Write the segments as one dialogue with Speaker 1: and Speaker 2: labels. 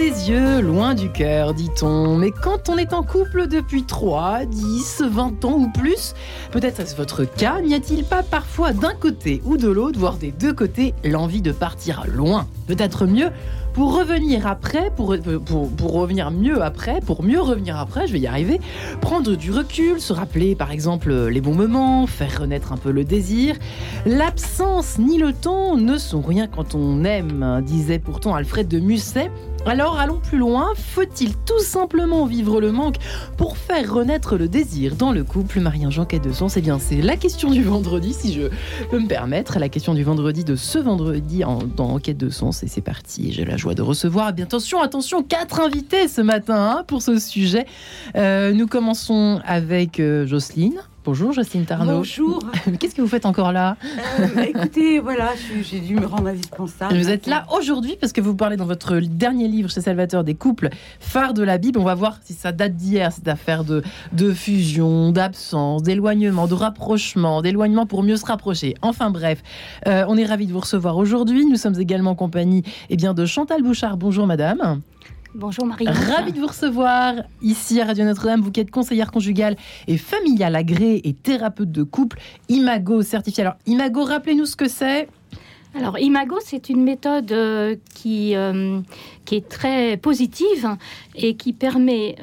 Speaker 1: des yeux, loin du cœur, dit-on. Mais quand on est en couple depuis 3, 10, 20 ans ou plus, peut-être est-ce votre cas, n'y a-t-il pas parfois d'un côté ou de l'autre, voire des deux côtés, l'envie de partir loin ? Peut-être mieux pour revenir après, pour revenir mieux après, pour mieux revenir après, je vais y arriver, prendre du recul, se rappeler par exemple les bons moments, faire renaître un peu le désir. L'absence ni le temps ne sont rien quand on aime, disait pourtant Alfred de Musset. Alors allons plus loin, faut-il tout simplement vivre le manque pour faire renaître le désir dans le couple ? Marie-Ange en quête de sens, eh bien c'est la question du vendredi, si je peux me permettre, la question du vendredi de ce vendredi dans Enquête de sens, et c'est parti, j'ai la joie de recevoir, eh bien attention, 4 invités ce matin pour ce sujet. Nous commençons avec Jocelyne. Bonjour Jocelyne Tarnot.
Speaker 2: Bonjour.
Speaker 1: Qu'est-ce que vous faites encore là ?
Speaker 2: Écoutez, voilà, j'ai dû me rendre indispensable.
Speaker 1: Vous êtes là aujourd'hui parce que vous parlez dans votre dernier livre chez Salvateur des couples phares de la Bible. On va voir si ça date d'hier, cette affaire de fusion, d'absence, d'éloignement, de rapprochement, d'éloignement pour mieux se rapprocher. Enfin bref, on est ravis de vous recevoir aujourd'hui. Nous sommes également en compagnie de Chantal Bouchard. Bonjour madame.
Speaker 3: Bonjour Marie.
Speaker 1: Ravi de vous recevoir ici à Radio Notre-Dame. Vous qui êtes conseillère conjugale et familiale agréée et thérapeute de couple, Imago certifiée. Alors Imago, rappelez-nous ce que c'est.
Speaker 3: Alors Imago, c'est une méthode qui est très positive et qui permet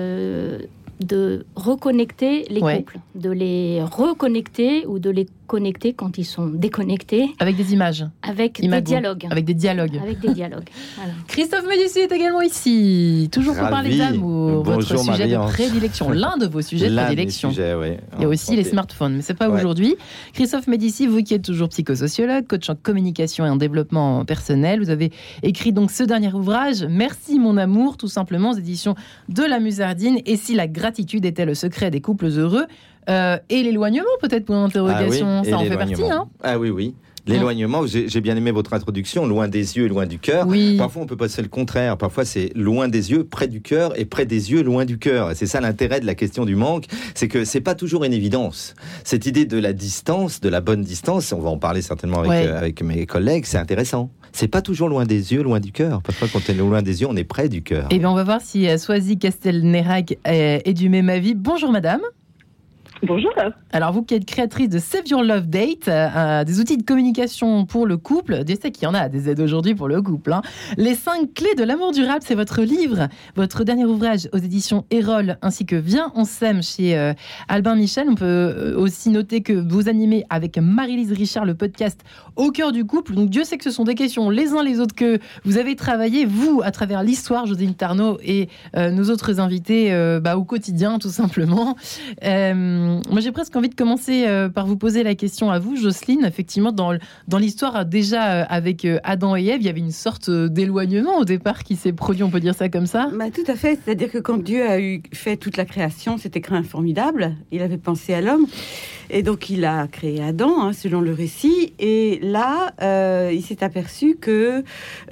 Speaker 3: de reconnecter les couples, de les reconnecter ou de les connecter quand ils sont déconnectés.
Speaker 1: Avec des images.
Speaker 3: Avec
Speaker 1: Imago.
Speaker 3: des dialogues.
Speaker 1: Avec des dialogues.
Speaker 3: Voilà.
Speaker 1: Christophe Médicis est également ici. Toujours pour parler d'amour.
Speaker 4: Bonjour,
Speaker 1: votre sujet
Speaker 4: Marie-Ange.
Speaker 1: de prédilection. L'un de vos sujets de prédilection.
Speaker 4: Oui.
Speaker 1: Et aussi les smartphones. Mais c'est pas aujourd'hui. Christophe Médicis, vous qui êtes toujours psychosociologue, coach en communication et en développement personnel, vous avez écrit donc ce dernier ouvrage, Merci mon amour, tout simplement, aux éditions de la Musardine. Et si la gratitude était le secret des couples heureux, et l'éloignement peut-être pour l'interrogation, ça en fait partie.
Speaker 4: Ah oui. L'éloignement, j'ai bien aimé votre introduction, loin des yeux, loin du cœur.
Speaker 1: Oui.
Speaker 4: Parfois, on peut passer le contraire. Parfois, c'est loin des yeux, près du cœur, et près des yeux, loin du cœur. Et c'est ça l'intérêt de la question du manque, c'est que c'est pas toujours une évidence. Cette idée de la distance, de la bonne distance, on va en parler certainement avec mes collègues, c'est intéressant. C'est pas toujours loin des yeux, loin du cœur. Parfois, quand on est loin des yeux, on est près du cœur.
Speaker 1: Eh bien, on va voir si Swazi Castelnerac est du même avis. Bonjour madame.
Speaker 5: Bonjour.
Speaker 1: Alors, vous qui êtes créatrice de Save Your Love Date, des outils de communication pour le couple, Dieu sait qu'il y en a des aides aujourd'hui pour le couple. Les 5 clés de l'amour durable, c'est votre livre, votre dernier ouvrage aux éditions Erol, ainsi que Viens, on s'aime chez Albin Michel. On peut aussi noter que vous animez avec Marie-Lise Richard le podcast Au cœur du couple. Donc, Dieu sait que ce sont des questions les uns les autres que vous avez travaillé, vous, à travers l'histoire, Jocelyne Tarnot et nos autres invités au quotidien, tout simplement. Moi, j'ai presque envie de commencer par vous poser la question à vous, Jocelyne. Effectivement, dans l'histoire, déjà avec Adam et Ève, il y avait une sorte d'éloignement au départ qui s'est produit, on peut dire ça comme ça ?
Speaker 2: Tout à fait. C'est-à-dire que quand Dieu a fait toute la création, c'était créé formidable. Il avait pensé à l'homme. Et donc, il a créé Adam, selon le récit. Et là, il s'est aperçu que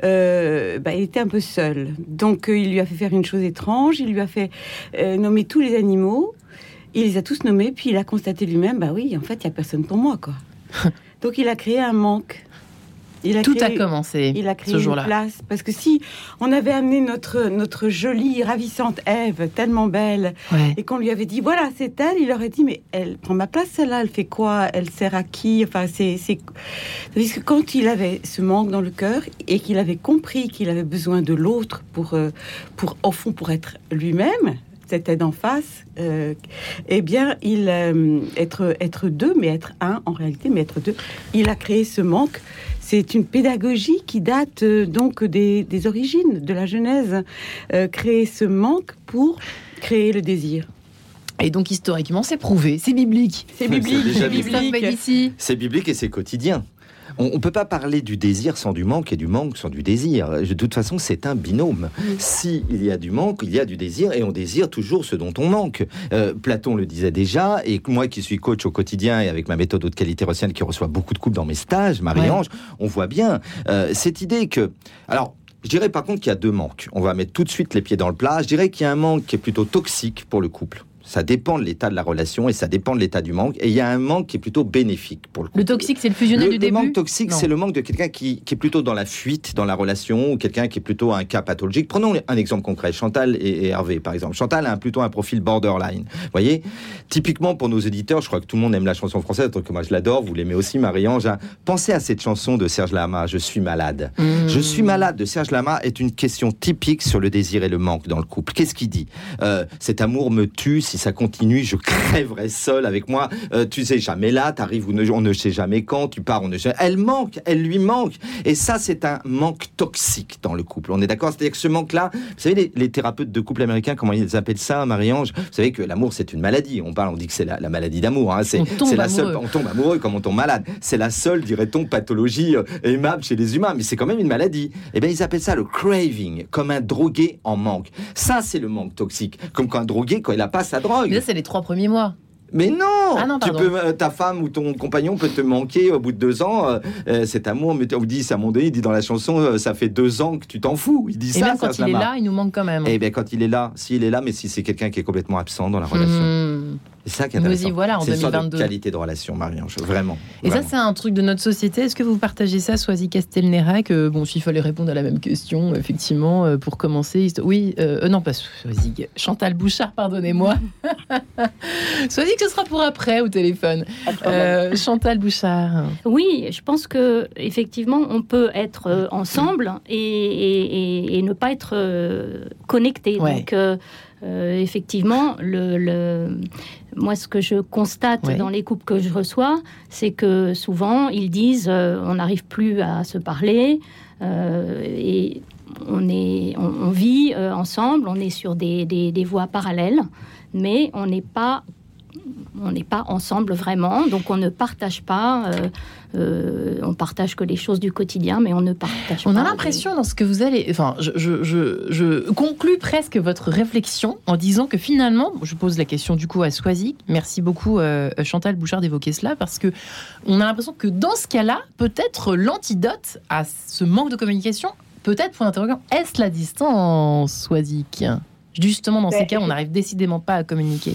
Speaker 2: il était un peu seul. Donc, il lui a fait faire une chose étrange. Il lui a fait nommer tous les animaux. Il les a tous nommés, puis il a constaté lui-même, en fait, il n'y a personne pour moi, quoi. Donc, il a créé un manque.
Speaker 1: Tout a commencé
Speaker 2: il a créé
Speaker 1: ce jour-là.
Speaker 2: Une place. Parce que si on avait amené notre jolie, ravissante Ève, tellement belle, et qu'on lui avait dit, voilà, c'est elle, il aurait dit, mais elle prend ma place, celle-là, elle fait quoi ? Elle sert à qui ? Enfin, c'est-à-dire que quand il avait ce manque dans le cœur, et qu'il avait compris qu'il avait besoin de l'autre pour être lui-même, cette aide en face, être deux, mais être un en réalité, mais être deux. Il a créé ce manque. C'est une pédagogie qui date donc des origines, de la Genèse. Créer ce manque pour créer le désir.
Speaker 1: Et donc historiquement, c'est prouvé, c'est biblique.
Speaker 2: C'est biblique.
Speaker 4: C'est biblique et c'est quotidien. On ne peut pas parler du désir sans du manque et du manque sans du désir. De toute façon, c'est un binôme. S'il y a du manque, il y a du désir, et on désire toujours ce dont on manque. Platon le disait déjà, et moi qui suis coach au quotidien et avec ma méthode haute qualité relationnelle qui reçoit beaucoup de couples dans mes stages, Marie-Ange, on voit bien cette idée que... Alors, je dirais par contre qu'il y a 2 manques. On va mettre tout de suite les pieds dans le plat. Je dirais qu'il y a un manque qui est plutôt toxique pour le couple. Ça dépend de l'état de la relation et ça dépend de l'état du manque. Et il y a un manque qui est plutôt bénéfique pour le couple.
Speaker 1: Le toxique, c'est le fusionnel du début.
Speaker 4: Le manque toxique, c'est le manque de quelqu'un qui est plutôt dans la fuite dans la relation ou quelqu'un qui est plutôt un cas pathologique. Prenons un exemple concret. Chantal et Hervé, par exemple. Chantal a plutôt un profil borderline. Vous voyez, typiquement pour nos auditeurs, je crois que tout le monde aime la chanson française, donc moi je l'adore, vous l'aimez aussi, Marie-Ange. Pensez à cette chanson de Serge Lama, Je suis malade. Je suis malade de Serge Lama est une question typique sur le désir et le manque dans le couple. Qu'est-ce qu'il dit ? Cet amour me tue, si ça continue, je crèverai seul avec moi. Tu sais jamais là, t'arrives, on ne sait jamais quand, tu pars, on ne sait. Elle lui manque. Et ça, c'est un manque toxique dans le couple. On est d'accord ? C'est-à-dire que ce manque-là, vous savez, les thérapeutes de couple américains, comment ils appellent ça, Marie-Ange ? Vous savez que l'amour, c'est une maladie. On dit que c'est la maladie d'amour. Hein. C'est la seule. On tombe amoureux comme on tombe malade. C'est la seule, dirait-on, pathologie aimable chez les humains. Mais c'est quand même une maladie. Eh bien, ils appellent ça le craving, comme un drogué en manque. Ça, c'est le manque toxique. Comme quand un drogué, quand il n'a pas sa drogue.
Speaker 1: Mais ça, c'est les 3 premiers mois.
Speaker 4: Mais non, ta femme ou ton compagnon peut te manquer au bout de 2 ans. Cet amour, on dit, c'est à un moment donné, il dit dans la chanson, ça fait 2 ans que tu t'en fous. Il dit
Speaker 1: et
Speaker 4: ça.
Speaker 1: Même quand il est là, il nous manque quand même.
Speaker 4: Eh bien, quand il est là, s'il est là, mais si c'est quelqu'un qui est complètement absent dans la relation. C'est ça qui est intéressant.
Speaker 1: Nous y voilà en 2022.
Speaker 4: C'est une qualité de relation, Marie-Ange, vraiment.
Speaker 1: Et ça, c'est un truc de notre société. Est-ce que vous partagez ça, Soisy Castelnerac ? Bon, s'il fallait répondre à la même question, effectivement, pour commencer. Oui, non, pas Soisy. Chantal Bouchard, pardonnez-moi. Soisy, que ce sera pour après au téléphone. Chantal Bouchard.
Speaker 3: Oui, je pense que effectivement, on peut être ensemble et ne pas être connecté. Ouais. Donc, effectivement, moi, ce que je constate dans les couples que je reçois, c'est que souvent, ils disent on n'arrive plus à se parler et on vit ensemble, on est sur des voies parallèles, mais on n'est pas ensemble vraiment, donc on ne partage pas. On partage que les choses du quotidien, mais on ne partage pas.
Speaker 1: On a l'impression dans ce que vous allez... Enfin, je conclus presque votre réflexion en disant que finalement, je pose la question du coup à Soisy. Merci beaucoup Chantal Bouchard d'évoquer cela, parce que on a l'impression que dans ce cas-là, peut-être l'antidote à ce manque de communication, peut-être, point d'interrogation, est-ce la distance, Soisy ? Justement, dans ces cas, on n'arrive décidément pas à communiquer.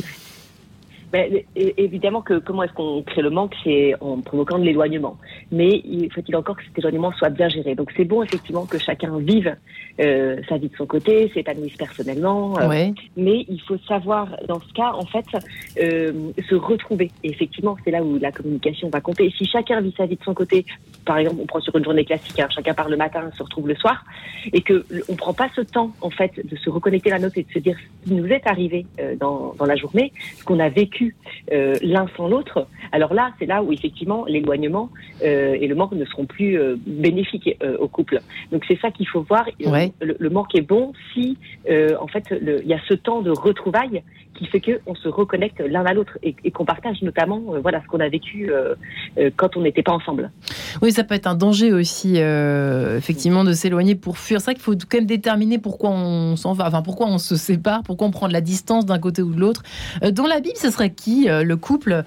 Speaker 5: Évidemment que comment est-ce qu'on crée le manque, c'est en provoquant de l'éloignement. Mais faut-il encore que cet éloignement soit bien géré. Donc c'est bon effectivement que chacun vive sa vie de son côté, s'épanouisse personnellement. Mais il faut savoir dans ce cas en fait se retrouver. Et effectivement c'est là où la communication va compter. Si chacun vit sa vie de son côté, par exemple on prend sur une journée classique, chacun part le matin, se retrouve le soir, et que on prend pas ce temps en fait de se reconnecter l'un à l'autre et de se dire ce qui nous est arrivé dans la journée, ce qu'on a vécu l'un sans l'autre, alors là, c'est là où effectivement l'éloignement et le manque ne seront plus bénéfiques au couple. Donc c'est ça qu'il faut voir. Le manque est bon si en fait il y a ce temps de retrouvailles qui fait qu'on se reconnecte l'un à l'autre et qu'on partage notamment ce qu'on a vécu quand on n'était pas ensemble.
Speaker 1: Oui, ça peut être un danger aussi effectivement de s'éloigner pour fuir. C'est vrai qu'il faut quand même déterminer pourquoi on s'en va, pourquoi on se sépare, pourquoi on prend de la distance d'un côté ou de l'autre. Dans la Bible, ce serait qui le couple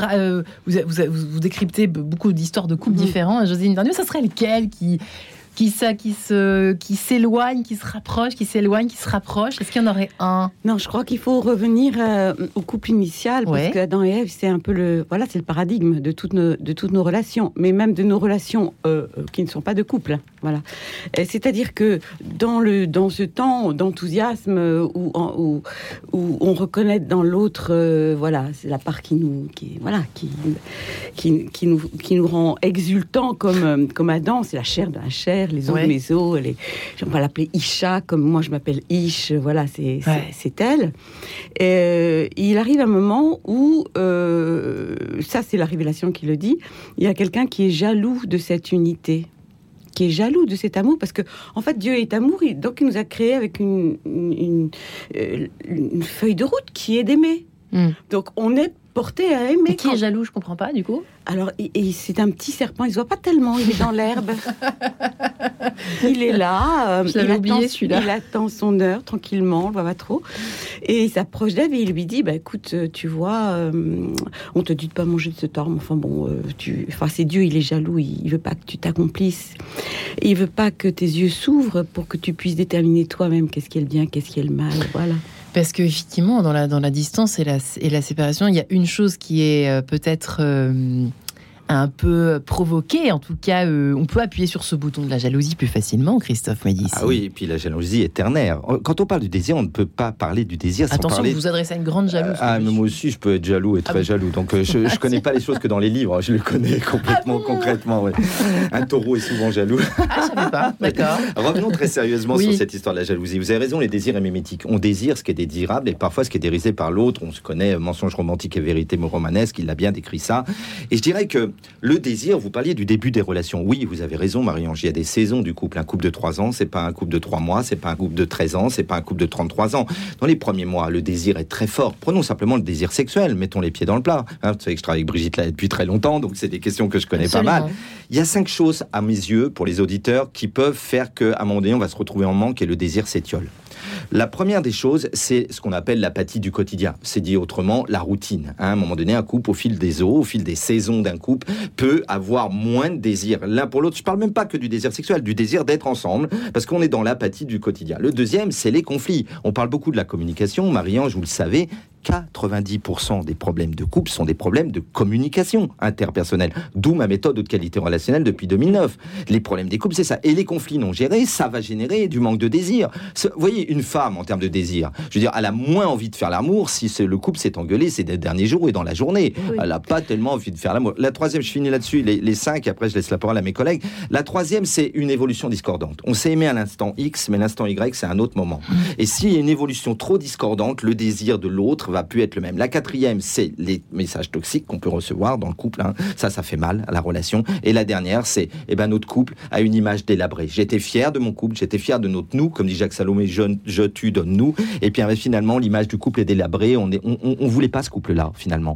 Speaker 1: vous décryptez beaucoup d'histoires de couples différents. Joselyne Vergniaud, ça serait lequel qui s'éloigne, qui se rapproche, qui s'éloigne, qui se rapproche? Est-ce qu'il y en aurait un?
Speaker 2: Non, je crois qu'il faut revenir au couple initial, parce qu'Adam et Ève, c'est un peu c'est le paradigme de toutes nos relations, mais même de nos relations qui ne sont pas de couple. Voilà. C'est-à-dire que dans ce temps d'enthousiasme où on reconnaît dans l'autre, c'est la part qui nous rend exultants comme Adam, c'est la chair de la chair, les os de mes os, on va l'appeler Isha, comme moi je m'appelle Ish, c'est elle. Et il arrive un moment où, ça c'est la révélation qui le dit, il y a quelqu'un qui est jaloux de cette unité, qui est jaloux de cet amour, parce que en fait Dieu est amour, donc il nous a créé avec une feuille de route qui est d'aimer. Donc on est porté à aimer.
Speaker 1: Et qui est jaloux, je comprends pas du coup.
Speaker 2: Alors c'est un petit serpent, il se voit pas tellement, il est dans l'herbe. Il est là,
Speaker 1: je l'avais oublié celui-là.
Speaker 2: Il attend son heure tranquillement, on le voit pas trop. Et il s'approche d'Ève et il lui dit écoute, tu vois, on te dit de pas manger de cet arbre, c'est Dieu, il est jaloux, il veut pas que tu t'accomplisses. Il veut pas que tes yeux s'ouvrent pour que tu puisses déterminer toi-même qu'est-ce qui est le bien, qu'est-ce qui est le mal, voilà.
Speaker 1: Parce qu'effectivement, dans la distance et la séparation, il y a une chose qui est peut-être un peu provoquée. En tout cas, on peut appuyer sur ce bouton de la jalousie plus facilement, Christophe Médicis.
Speaker 4: Ah oui, et puis la jalousie est ternaire. Quand on parle du désir, on ne peut pas parler du désir sans
Speaker 1: Attention,
Speaker 4: parler...
Speaker 1: vous vous adressez à une grande jalouse.
Speaker 4: mais moi aussi, je peux être jaloux et très jaloux. Donc, je ne connais pas les choses que dans les livres. Je les connais complètement, concrètement. Ouais. Un taureau est souvent jaloux.
Speaker 1: Ah, je savais pas. D'accord.
Speaker 4: Revenons très sérieusement sur cette histoire de la jalousie. Vous avez raison, les désirs est mimétique. On désire ce qui est désirable et parfois ce qui est dérisé par l'autre. On se connaît, mensonge romantique et vérité romanesque. Il a bien décrit ça. Et je dirais que le désir, vous parliez du début des relations. Oui, vous avez raison, Marie-Ange. Il y a des saisons du couple. Un couple de 3 ans, c'est pas un couple de 3 mois, c'est pas un couple de 13 ans, c'est pas un couple de 33 ans. Dans les premiers mois, le désir est très fort. Prenons simplement le désir sexuel. Mettons les pieds dans le plat. Vous savez que je travaille avec Brigitte là depuis très longtemps, donc c'est des questions que je connais pas mal. Il y a 5 choses, à mes yeux, pour les auditeurs, qui peuvent faire qu'à un moment donné, on va se retrouver en manque et le désir s'étiole. La première des choses, c'est ce qu'on appelle l'apathie du quotidien. C'est dit autrement, la routine. À un moment donné, un couple, au fil des eaux, au fil des saisons d'un couple, peut avoir moins de désir l'un pour l'autre. Je parle même pas que du désir sexuel, du désir d'être ensemble, parce qu'on est dans l'apathie du quotidien. Le deuxième, c'est les conflits. On parle beaucoup de la communication. Marie-Ange, vous le savez, 90% des problèmes de couple sont des problèmes de communication interpersonnelle. D'où ma méthode haute qualité relationnelle depuis 2009. Les problèmes des couples, c'est ça. Et les conflits non gérés, ça va générer du manque de désir. Vous voyez, une femme, en termes de désir, je veux dire, elle a moins envie de faire l'amour si le couple s'est engueulé ces derniers jours et dans la journée. Oui. Elle n'a pas tellement envie de faire l'amour. La troisième, je finis là-dessus, les 5, après je laisse la parole à mes collègues. La troisième, c'est une évolution discordante. On s'est aimé à l'instant X, mais l'instant Y, c'est un autre moment. Et s'il y a une évolution trop discordante, le désir de l'autre va plus être le même. La quatrième, c'est les messages toxiques qu'on peut recevoir dans le couple. Ça fait mal à la relation. Et la dernière, c'est notre couple a une image délabrée. J'étais fier de mon couple, j'étais fier de notre nous, comme dit Jacques Salomé, je tu donne nous. Et puis finalement, l'image du couple est délabrée. On voulait pas ce couple-là, finalement.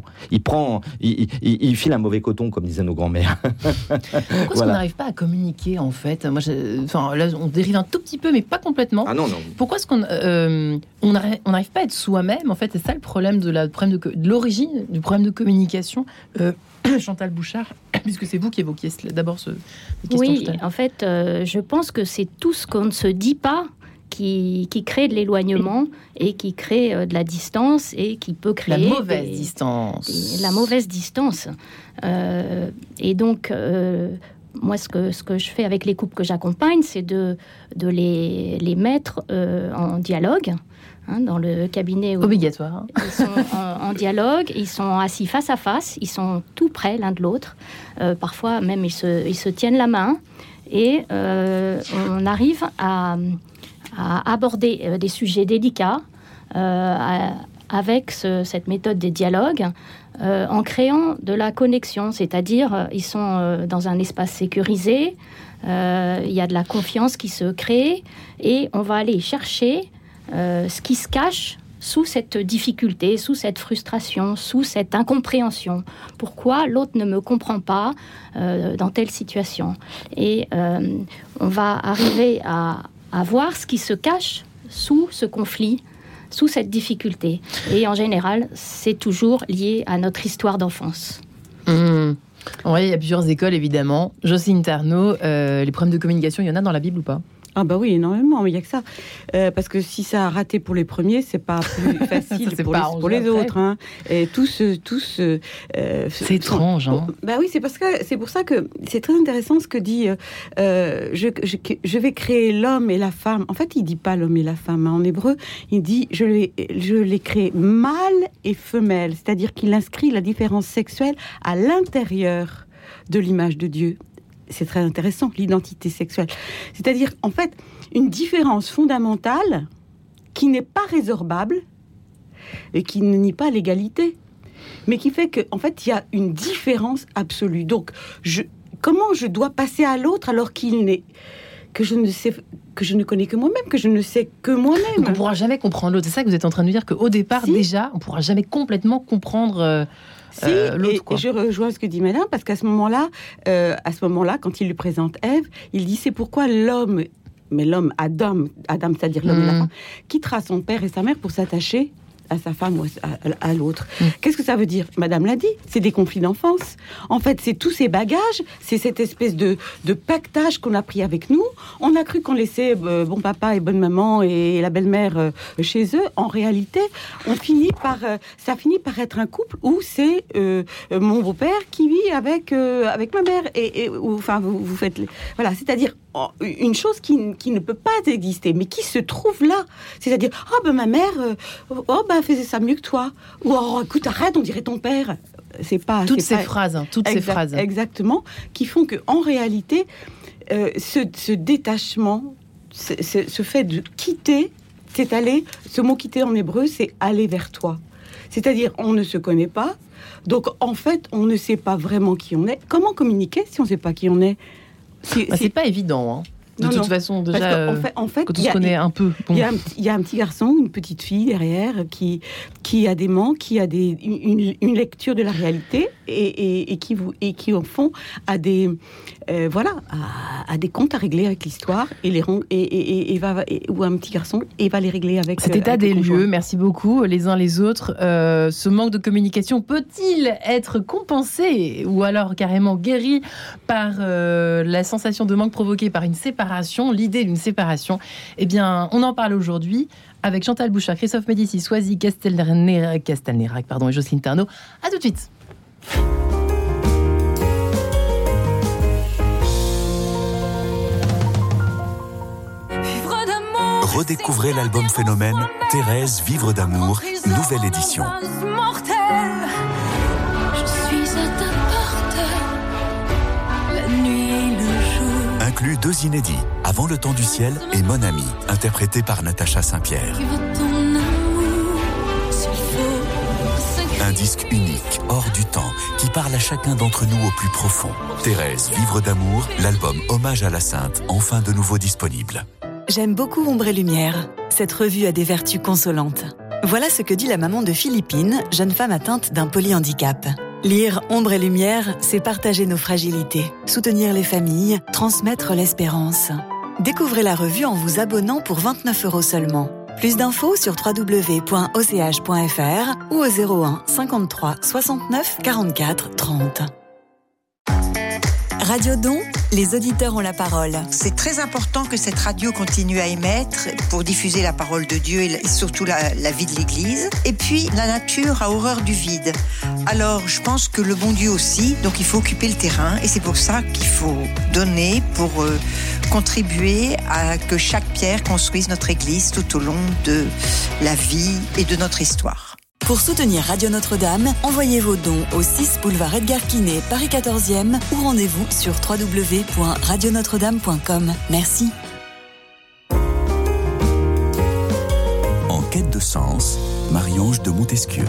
Speaker 4: Il file un mauvais coton, comme disaient nos grands-mères.
Speaker 1: Pourquoi est-ce qu'on n'arrive pas à communiquer, en fait ? Moi, là, on dérive un tout petit peu, mais pas complètement.
Speaker 4: Ah non.
Speaker 1: Pourquoi est-ce qu'on n'arrive pas à être soi-même ? En fait, c'est ça le problème de l'origine du problème de communication. Chantal Bouchard, puisque c'est vous qui évoquiez d'abord cette question.
Speaker 3: Oui, en fait, je pense que c'est tout ce qu'on ne se dit pas qui crée de l'éloignement et qui crée de la distance et qui peut créer...
Speaker 1: La mauvaise distance.
Speaker 3: La mauvaise distance. Et donc... moi, ce que je fais avec les couples que j'accompagne, c'est de les mettre en dialogue. Dans le cabinet
Speaker 1: obligatoire.
Speaker 3: Ils sont en dialogue, ils sont assis face à face, ils sont tout près l'un de l'autre. Parfois même ils se tiennent la main et on arrive à aborder des sujets délicats avec cette méthode des dialogues en créant de la connexion, c'est-à-dire ils sont dans un espace sécurisé, il y a de la confiance qui se crée et on va aller chercher ce qui se cache sous cette difficulté, sous cette frustration, sous cette incompréhension. Pourquoi l'autre ne me comprend pas dans telle situation ? Et on va arriver à voir ce qui se cache sous ce conflit, sous cette difficulté. Et en général, c'est toujours lié à notre histoire d'enfance.
Speaker 1: Oui, il y a plusieurs écoles, évidemment. Jocelyne Tarnot, les problèmes de communication, il y en a dans la Bible ou pas ?
Speaker 2: Ah bah oui, énormément, mais il n'y a que ça. Parce que si ça a raté pour les premiers, c'est pas plus facile pour les autres. Hein. Et
Speaker 1: c'est étrange. Hein.
Speaker 2: Bah oui, c'est pour ça que c'est très intéressant ce que dit je vais créer l'homme et la femme. En fait, il dit pas l'homme et la femme. En hébreu, il dit je les crée mâle et femelle. C'est-à-dire qu'il inscrit la différence sexuelle à l'intérieur de l'image de Dieu. C'est très intéressant, l'identité sexuelle. C'est-à-dire, en fait, une différence fondamentale qui n'est pas résorbable et qui ne nie pas l'égalité, mais qui fait qu'en fait, il y a une différence absolue. Donc, comment je dois passer à l'autre alors que je ne connais que moi-même, que je ne sais que moi-même.
Speaker 1: Donc on ne pourra jamais comprendre l'autre. C'est ça que vous êtes en train de nous dire, qu'au départ, déjà, on ne pourra jamais complètement comprendre... l'autre, quoi.
Speaker 2: Et je rejoins ce que dit Madame, parce qu'à ce moment-là, quand il lui présente Ève, il dit c'est pourquoi l'homme, Adam, c'est-à-dire l'homme et la femme, quittera son père et sa mère pour s'attacher à sa femme ou à l'autre. Qu'est-ce que ça veut dire ? Madame l'a dit, c'est des conflits d'enfance. En fait, c'est tous ces bagages, c'est cette espèce de pactage qu'on a pris avec nous. On a cru qu'on laissait bon papa et bonne maman et la belle-mère chez eux. En réalité, ça finit par être un couple où c'est mon beau-père qui vit avec ma mère. Enfin, vous faites... Voilà, c'est-à-dire une chose qui ne peut pas exister, mais qui se trouve là. C'est-à-dire, ma mère, faisait ça mieux que toi. Ou, écoute, arrête, on dirait ton père. Ces phrases. Exactement, qui font qu'en réalité, ce détachement, ce fait de quitter, c'est aller, ce mot quitter en hébreu, c'est aller vers toi. C'est-à-dire, on ne se connaît pas, donc en fait, on ne sait pas vraiment qui on est. Comment communiquer si on ne sait pas qui on est ?
Speaker 1: C'est pas évident, hein. De toute façon, déjà, en fait, quand on se connaît un peu.
Speaker 2: Il y a un petit garçon, une petite fille derrière qui a des manques, qui a une lecture de la réalité et qui au fond a des comptes à régler avec l'histoire ou un petit garçon et va les régler avec
Speaker 1: cet état des lieux. Merci beaucoup les uns les autres. Ce manque de communication peut-il être compensé ou alors carrément guéri par la sensation de manque provoquée par une séparation? L'idée d'une séparation, eh bien, on en parle aujourd'hui avec Chantal Bouchard, Christophe Médicis, Soisy Castelnerac et Jocelyne Tarnot. À tout de suite.
Speaker 6: Redécouvrez l'album Phénomène, Thérèse, Vivre d'amour, nouvelle édition. Inclut 2 inédits, Avant le temps du ciel et Mon ami, interprété par Natacha Saint-Pierre. Un disque unique, hors du temps, qui parle à chacun d'entre nous au plus profond. Thérèse, Vivre d'amour, l'album Hommage à la Sainte, enfin de nouveau disponible.
Speaker 7: J'aime beaucoup Ombre et Lumière. Cette revue a des vertus consolantes. Voilà ce que dit la maman de Philippine, jeune femme atteinte d'un polyhandicap. Lire Ombre et Lumière, c'est partager nos fragilités, soutenir les familles, transmettre l'espérance. Découvrez la revue en vous abonnant pour 29 € seulement. Plus d'infos sur www.och.fr ou au 01 53 69 44 30. Radio Don, les auditeurs ont la parole.
Speaker 8: C'est très important que cette radio continue à émettre pour diffuser la parole de Dieu et surtout la vie de l'Église. Et puis, la nature a horreur du vide. Alors, je pense que le bon Dieu aussi, donc il faut occuper le terrain. Et c'est pour ça qu'il faut donner pour contribuer à que chaque pierre construise notre Église tout au long de la vie et de notre histoire.
Speaker 7: Pour soutenir Radio Notre-Dame, envoyez vos dons au 6 boulevard Edgar Quinet, Paris 14e ou rendez-vous sur www.radionotre-dame.com. Merci.
Speaker 6: En quête de sens, Marie-Ange de Montesquieu.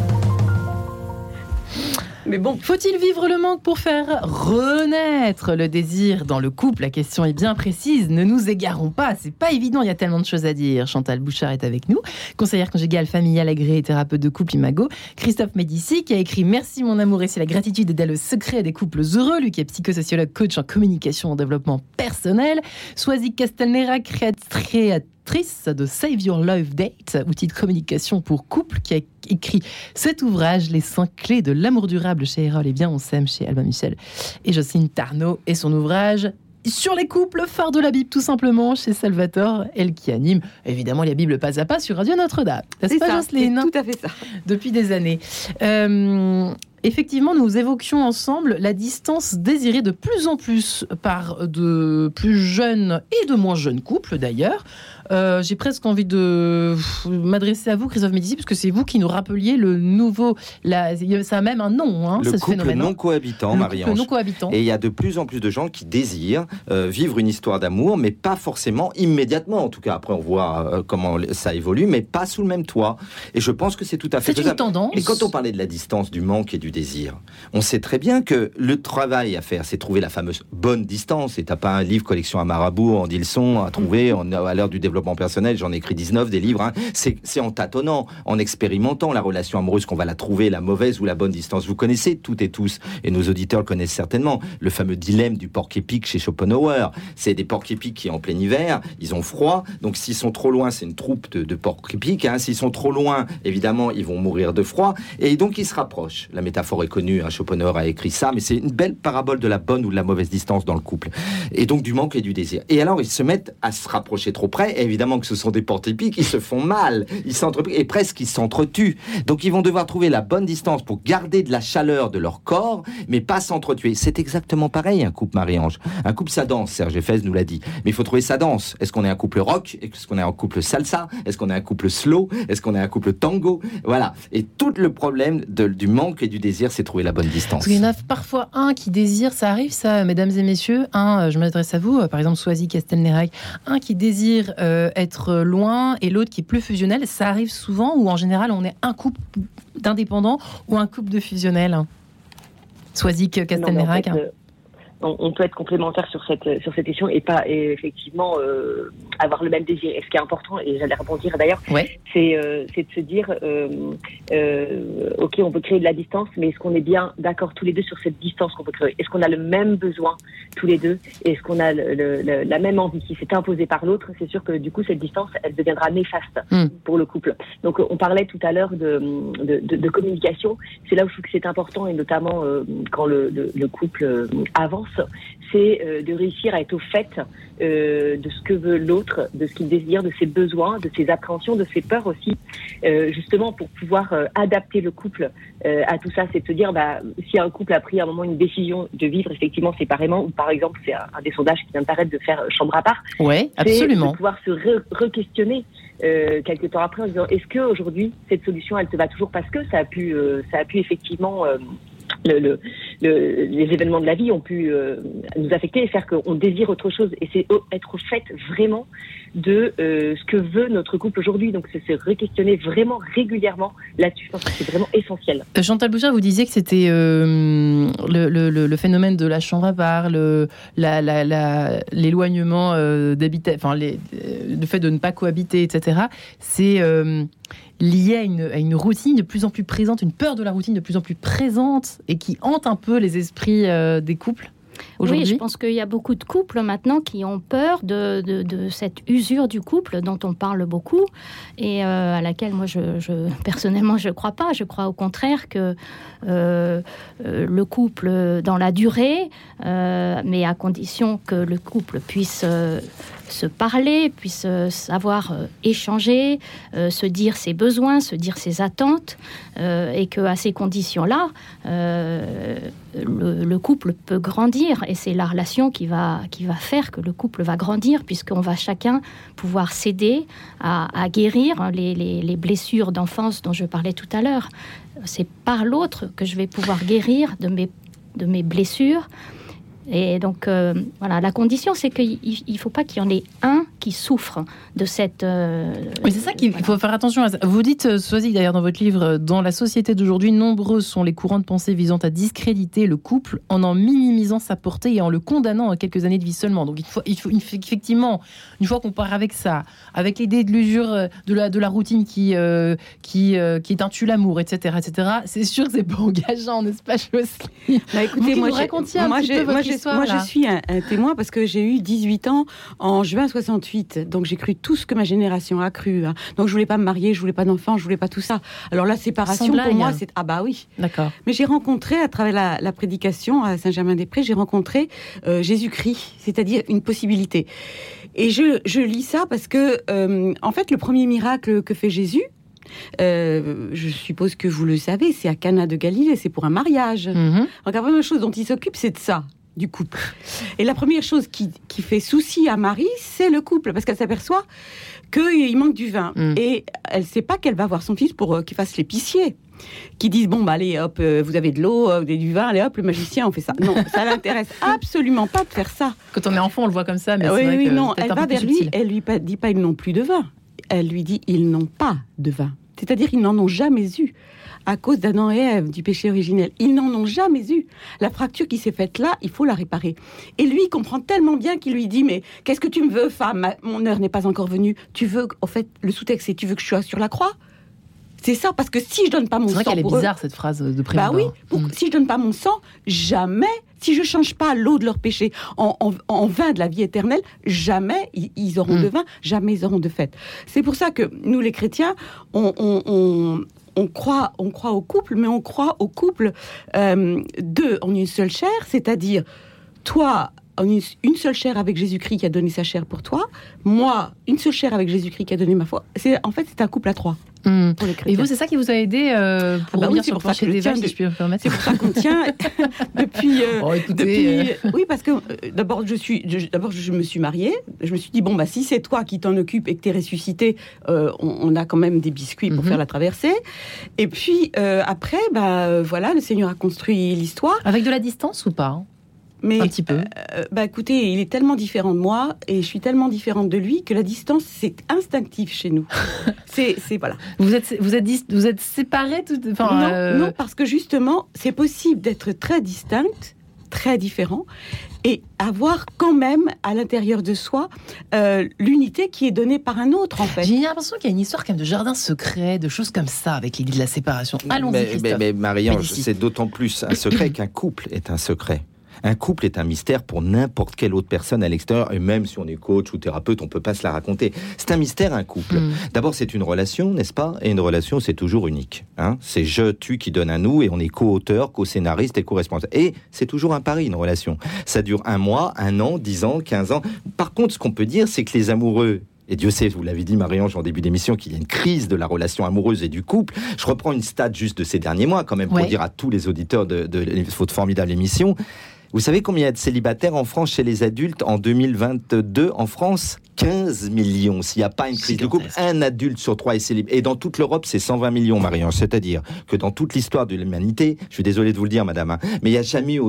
Speaker 1: Mais bon, faut-il vivre le manque pour faire renaître le désir dans le couple ? La question est bien précise, ne nous égarons pas, c'est pas évident, il y a tellement de choses à dire. Chantal Bouchard est avec nous, conseillère conjugale, familiale, agréée, thérapeute de couple Imago. Christophe Médicis qui a écrit « Merci mon amour et c'est la gratitude et le secret des couples heureux », lui qui est psychosociologue, coach en communication, en développement personnel. Soisy Castelnerac, créatrice de Save Your Love Date, outil de communication pour couple, qui a écrit cet ouvrage, Les 5 clés de l'amour durable chez Erol et Bien on s'aime chez Albin Michel, et Jocelyne Tarnot et son ouvrage sur les couples, phare de la Bible tout simplement, chez Salvatore, elle qui anime évidemment la Bible pas à pas sur Radio Notre-Dame.
Speaker 2: C'est pas ça, Jocelyne ? C'est tout à fait ça.
Speaker 1: Depuis des années. Effectivement, nous évoquions ensemble la distance désirée de plus en plus par de plus jeunes et de moins jeunes couples d'ailleurs. J'ai presque envie de m'adresser à vous, Christophe Médicis, parce que c'est vous qui nous rappeliez le nouveau... ça a même un nom, hein,
Speaker 4: le
Speaker 1: ce
Speaker 4: couple
Speaker 1: phénomène.
Speaker 4: Non cohabitant, Marie-Ange. Et il y a de plus en plus de gens qui désirent vivre une histoire d'amour, mais pas forcément immédiatement. En tout cas, après, on voit comment ça évolue, mais pas sous le même toit. Et je pense que c'est tout à fait
Speaker 1: faisable. C'est une tendance.
Speaker 4: Et quand on parlait de la distance, du manque et du désir. On sait très bien que le travail à faire, c'est trouver la fameuse bonne distance. Et t'as pas un livre collection à Marabout, en dit le son, à trouver, à l'heure du développement personnel, j'en ai écrit 19, des livres. Hein. C'est en tâtonnant, en expérimentant la relation amoureuse qu'on va la trouver, la mauvaise ou la bonne distance. Vous connaissez toutes et tous, et nos auditeurs le connaissent certainement, le fameux dilemme du porc-épic chez Schopenhauer. C'est des porcs-épics qui, en plein hiver, ils ont froid. Donc s'ils sont trop loin, c'est une troupe de porcs-épics. Hein. S'ils sont trop loin, évidemment, ils vont mourir de froid. Et donc, ils se rapprochent. La métaphore est connue, hein, Schopenhauer a écrit ça, mais c'est une belle parabole de la bonne ou de la mauvaise distance dans le couple. Et donc, du manque et du désir. Et alors, ils se mettent à se rapprocher trop près. Et évidemment que ce sont des porcs-épics, ils se font mal. Et presque, ils s'entretuent. Donc, ils vont devoir trouver la bonne distance pour garder de la chaleur de leur corps, mais pas s'entretuer. C'est exactement pareil, un couple, Marie-Ange. Un couple, ça danse, Serge Effès nous l'a dit. Mais il faut trouver sa danse. Est-ce qu'on est un couple rock? Est-ce qu'on est un couple salsa? Est-ce qu'on est un couple slow? Est-ce qu'on est un couple tango? Voilà. Et tout le problème du manque et du désir, c'est trouver la bonne distance.
Speaker 1: Parce qu'il y en a parfois un qui désire, ça arrive ça, mesdames et messieurs, je m'adresse à vous, par exemple Soisy Castelnerac, un qui désire être loin et l'autre qui est plus fusionnel, ça arrive souvent ou en général on est un couple d'indépendants ou un couple de fusionnels? Soisy Castelnerac.
Speaker 5: On peut être complémentaire sur cette question et effectivement avoir le même désir. Et ce qui est important, et j'allais rebondir d'ailleurs, c'est de se dire ok, on peut créer de la distance, mais est-ce qu'on est bien d'accord tous les deux sur cette distance qu'on peut créer? Est-ce qu'on a le même besoin tous les deux? Est-ce qu'on a la même envie qui s'est imposée par l'autre? C'est sûr que du coup cette distance, elle deviendra néfaste pour le couple. Donc on parlait tout à l'heure de communication. C'est là où je trouve que c'est important, et notamment quand le couple avance, c'est de réussir à être au fait de ce que veut l'autre, de ce qu'il désire, de ses besoins, de ses appréhensions, de ses peurs aussi, justement pour pouvoir adapter le couple à tout ça. C'est de se dire, si un couple a pris à un moment une décision de vivre effectivement séparément, ou par exemple, c'est un des sondages qui vient de paraître, de faire chambre à part,
Speaker 1: absolument,
Speaker 5: c'est de pouvoir se re-questionner quelques temps après en disant, est-ce qu'aujourd'hui cette solution elle te va toujours, parce que ça a pu effectivement les événements de la vie ont pu nous affecter et faire qu'on désire autre chose. Et c'est être au fait vraiment de ce que veut notre couple aujourd'hui. Donc c'est se re-questionner vraiment régulièrement là-dessus. Je pense que c'est vraiment essentiel.
Speaker 1: Chantal Bouchard, vous disiez que c'était le phénomène de la chambre à part, l'éloignement d'habitat, le fait de ne pas cohabiter, etc. C'est lié à une routine de plus en plus présente, une peur de la routine de plus en plus présente et qui hante un peu les esprits des couples aujourd'hui.
Speaker 3: Oui, je pense qu'il y a beaucoup de couples maintenant qui ont peur de cette usure du couple dont on parle beaucoup et à laquelle moi, personnellement, je ne crois pas. Je crois au contraire que le couple dans la durée, mais à condition que le couple puisse se parler, puisse savoir échanger, se dire ses besoins, se dire ses attentes, et qu'à ces conditions-là, le couple peut grandir, et c'est la relation qui va faire que le couple va grandir, puisqu'on va chacun pouvoir s'aider à guérir les blessures d'enfance dont je parlais tout à l'heure. C'est par l'autre que je vais pouvoir guérir de mes blessures. Et donc, voilà, la condition, c'est qu'il ne faut pas qu'il y en ait un qui souffre de cette...
Speaker 1: Oui, c'est ça qu'il faut faire attention à ça. Vous dites, Soisy, d'ailleurs, dans votre livre, dans la société d'aujourd'hui, nombreux sont les courants de pensée visant à discréditer le couple en minimisant sa portée et en le condamnant à quelques années de vie seulement. Donc, il faut effectivement, une fois qu'on part avec ça, avec l'idée de l'usure, de la routine qui est un tue-l'amour, etc., c'est sûr que c'est pas engageant, n'est-ce pas, Jocelyne?
Speaker 2: Écoutez, moi, je suis un témoin parce que j'ai eu 18 ans en juin 68. Donc, j'ai cru tout ce que ma génération a cru. Hein. Donc, je voulais pas me marier, je voulais pas d'enfants, je voulais pas tout ça. Alors, la séparation, pour moi, c'est... Ah bah oui.
Speaker 1: D'accord.
Speaker 2: Mais j'ai rencontré, à travers la prédication à Saint-Germain-des-Prés, j'ai rencontré Jésus-Christ, c'est-à-dire une possibilité. Et je lis ça parce que, en fait, le premier miracle que fait Jésus, je suppose que vous le savez, c'est à Cana de Galilée, c'est pour un mariage. Donc, la première chose dont il s'occupe, c'est de ça, du couple. Et la première chose qui fait souci à Marie, c'est le couple, parce qu'elle s'aperçoit qu'il manque du vin. Et elle ne sait pas qu'elle va voir son fils pour qu'il fasse l'épicier. Qui disent, allez, hop, vous avez de l'eau, du vin, allez, hop, le magicien, on fait ça. Non, ça l'intéresse absolument pas de faire ça.
Speaker 1: Quand on est enfant, on le voit comme ça, mais c'est vrai que
Speaker 2: non, elle va vers lui, elle lui dit pas, ils n'ont plus de vin. Elle lui dit, ils n'ont pas de vin. C'est-à-dire qu'ils n'en ont jamais eu. À cause d'Adam et Ève, du péché originel. Ils n'en ont jamais eu. La fracture qui s'est faite là, il faut la réparer. Et lui, il comprend tellement bien qu'il lui dit, mais qu'est-ce que tu me veux, femme ? Mon heure n'est pas encore venue. Tu veux, en fait, le sous-texte, c'est tu veux que je sois sur la croix ? C'est ça, parce que si je donne pas mon sang...
Speaker 1: C'est vrai qu'elle est bizarre, cette phrase de prime abord.
Speaker 2: Bah oui, si je donne pas mon sang, jamais, si je change pas l'eau de leur péché en vin de la vie éternelle, jamais ils auront de vin, jamais ils auront de fête. C'est pour ça que nous, les chrétiens, on croit au couple, mais on croit au couple deux en une seule chair, c'est-à-dire toi en une seule chair avec Jésus-Christ qui a donné sa chair pour toi, moi une seule chair avec Jésus-Christ qui a donné ma foi. En fait, c'est un couple à trois. Pour les chrétiens.
Speaker 1: Et vous, c'est ça qui vous a aidé pour revenir sur le plancher des vaches, si je puis me permettre.
Speaker 2: C'est pour ça qu'on tient depuis. Oui, parce que d'abord, je me suis mariée. Je me suis dit bon, si c'est toi qui t'en occupes et que t'es ressuscité, on a quand même des biscuits pour faire la traversée. Et puis après, voilà, le Seigneur a construit l'histoire.
Speaker 1: Avec de la distance ou pas ?
Speaker 2: Mais,
Speaker 1: un petit peu.
Speaker 2: Écoutez, il est tellement différent de moi et je suis tellement différente de lui que la distance, c'est instinctif chez nous. c'est voilà.
Speaker 1: Vous êtes séparés
Speaker 2: Non, parce que justement, c'est possible d'être très distincte, très différent, et avoir quand même à l'intérieur de soi l'unité qui est donnée par un autre, en fait.
Speaker 1: J'ai l'impression qu'il y a une histoire quand même de jardin secret, de choses comme ça avec l'idée de la séparation. Allons-y, Christophe.
Speaker 4: Mais Marie-Ange, c'est d'autant plus un secret qu'un couple est un secret. Un couple est un mystère pour n'importe quelle autre personne à l'extérieur, et même si on est coach ou thérapeute, on ne peut pas se la raconter. C'est un mystère, un couple. D'abord, c'est une relation, n'est-ce pas ? Et une relation, c'est toujours unique. C'est je, tu qui donne à nous, et on est co-auteur, co-scénariste et co-responsable. Et c'est toujours un pari, une relation. Ça dure 1 mois, 1 an, 10 ans, 15 ans. Par contre, ce qu'on peut dire, c'est que les amoureux... Et Dieu sait, vous l'avez dit Marie-Ange en début d'émission, qu'il y a une crise de la relation amoureuse et du couple. Je reprends une stat juste de ces derniers mois, quand même, pour dire à tous les auditeurs de votre formidable émission... Vous savez combien il y a de célibataires en France chez les adultes en 2022 en France ? 15 millions. S'il n'y a pas une crise de couple, un adulte sur 3 est célibataire. Et dans toute l'Europe, c'est 120 millions, Marie-Ange. C'est-à-dire que dans toute l'histoire de l'humanité, je suis désolé de vous le dire, madame, mais il n'y a jamais eu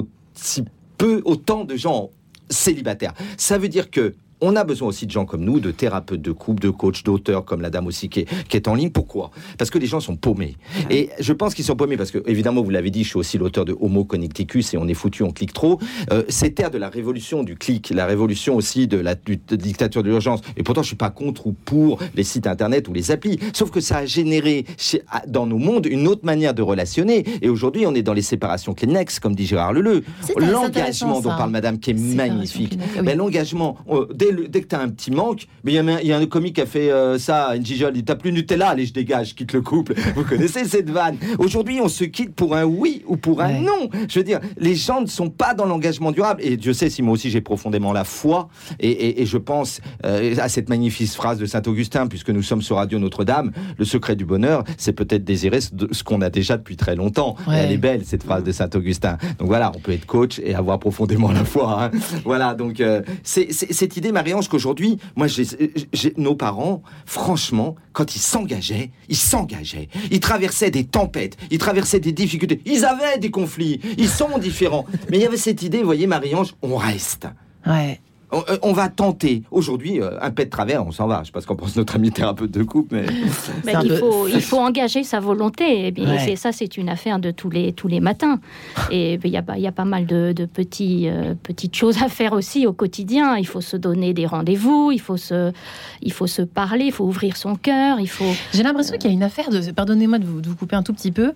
Speaker 4: autant de gens célibataires. Ça veut dire que on a besoin aussi de gens comme nous, de thérapeutes de couple, de coachs, d'auteurs, comme la dame aussi qui est en ligne. Pourquoi ? Parce que les gens sont paumés. Et je pense qu'ils sont paumés parce que, évidemment, vous l'avez dit, je suis aussi l'auteur de Homo Connecticus et on est foutu, on clique trop. C'est ère de la révolution du clic, la révolution aussi de la dictature de l'urgence. Et pourtant, je suis pas contre ou pour les sites internet ou les applis. Sauf que ça a généré dans nos mondes une autre manière de relationner. Et aujourd'hui, on est dans les séparations Kleenex, comme dit Gérard Leleu. L'engagement dont parle madame, qui est magnifique. L'engagement... Dès que tu as un petit manque, mais il y a un comique qui a fait ça, une gigole, il t'a plus Nutella, allez je dégage, quitte le couple. Vous connaissez cette vanne. Aujourd'hui, on se quitte pour un oui ou pour un non. Je veux dire, les gens ne sont pas dans l'engagement durable. Et Dieu sait si moi aussi j'ai profondément la foi. Et je pense à cette magnifique phrase de Saint-Augustin, puisque nous sommes sur Radio Notre-Dame, le secret du bonheur, c'est peut-être désirer ce qu'on a déjà depuis très longtemps. Et elle est belle, cette phrase de Saint-Augustin. Donc voilà, on peut être coach et avoir profondément la foi. Voilà, donc c'est cette idée, Marie-Ange, qu'aujourd'hui, moi, nos parents, franchement, quand ils s'engageaient. Ils traversaient des tempêtes, ils traversaient des difficultés, ils avaient des conflits, ils sont différents. Mais il y avait cette idée, vous voyez, Marie-Ange, on reste.
Speaker 1: Ouais.
Speaker 4: On va tenter. Aujourd'hui, un pet de travers, on s'en va. Je ne sais pas ce qu'en pense notre ami thérapeute de couple, mais...
Speaker 3: il faut engager sa volonté. Et c'est une affaire de tous les matins. Et il y a pas mal de petites choses à faire aussi au quotidien. Il faut se donner des rendez-vous, il faut se parler, il faut ouvrir son cœur.
Speaker 1: J'ai l'impression qu'il y a une affaire de... Pardonnez-moi de vous couper un tout petit peu.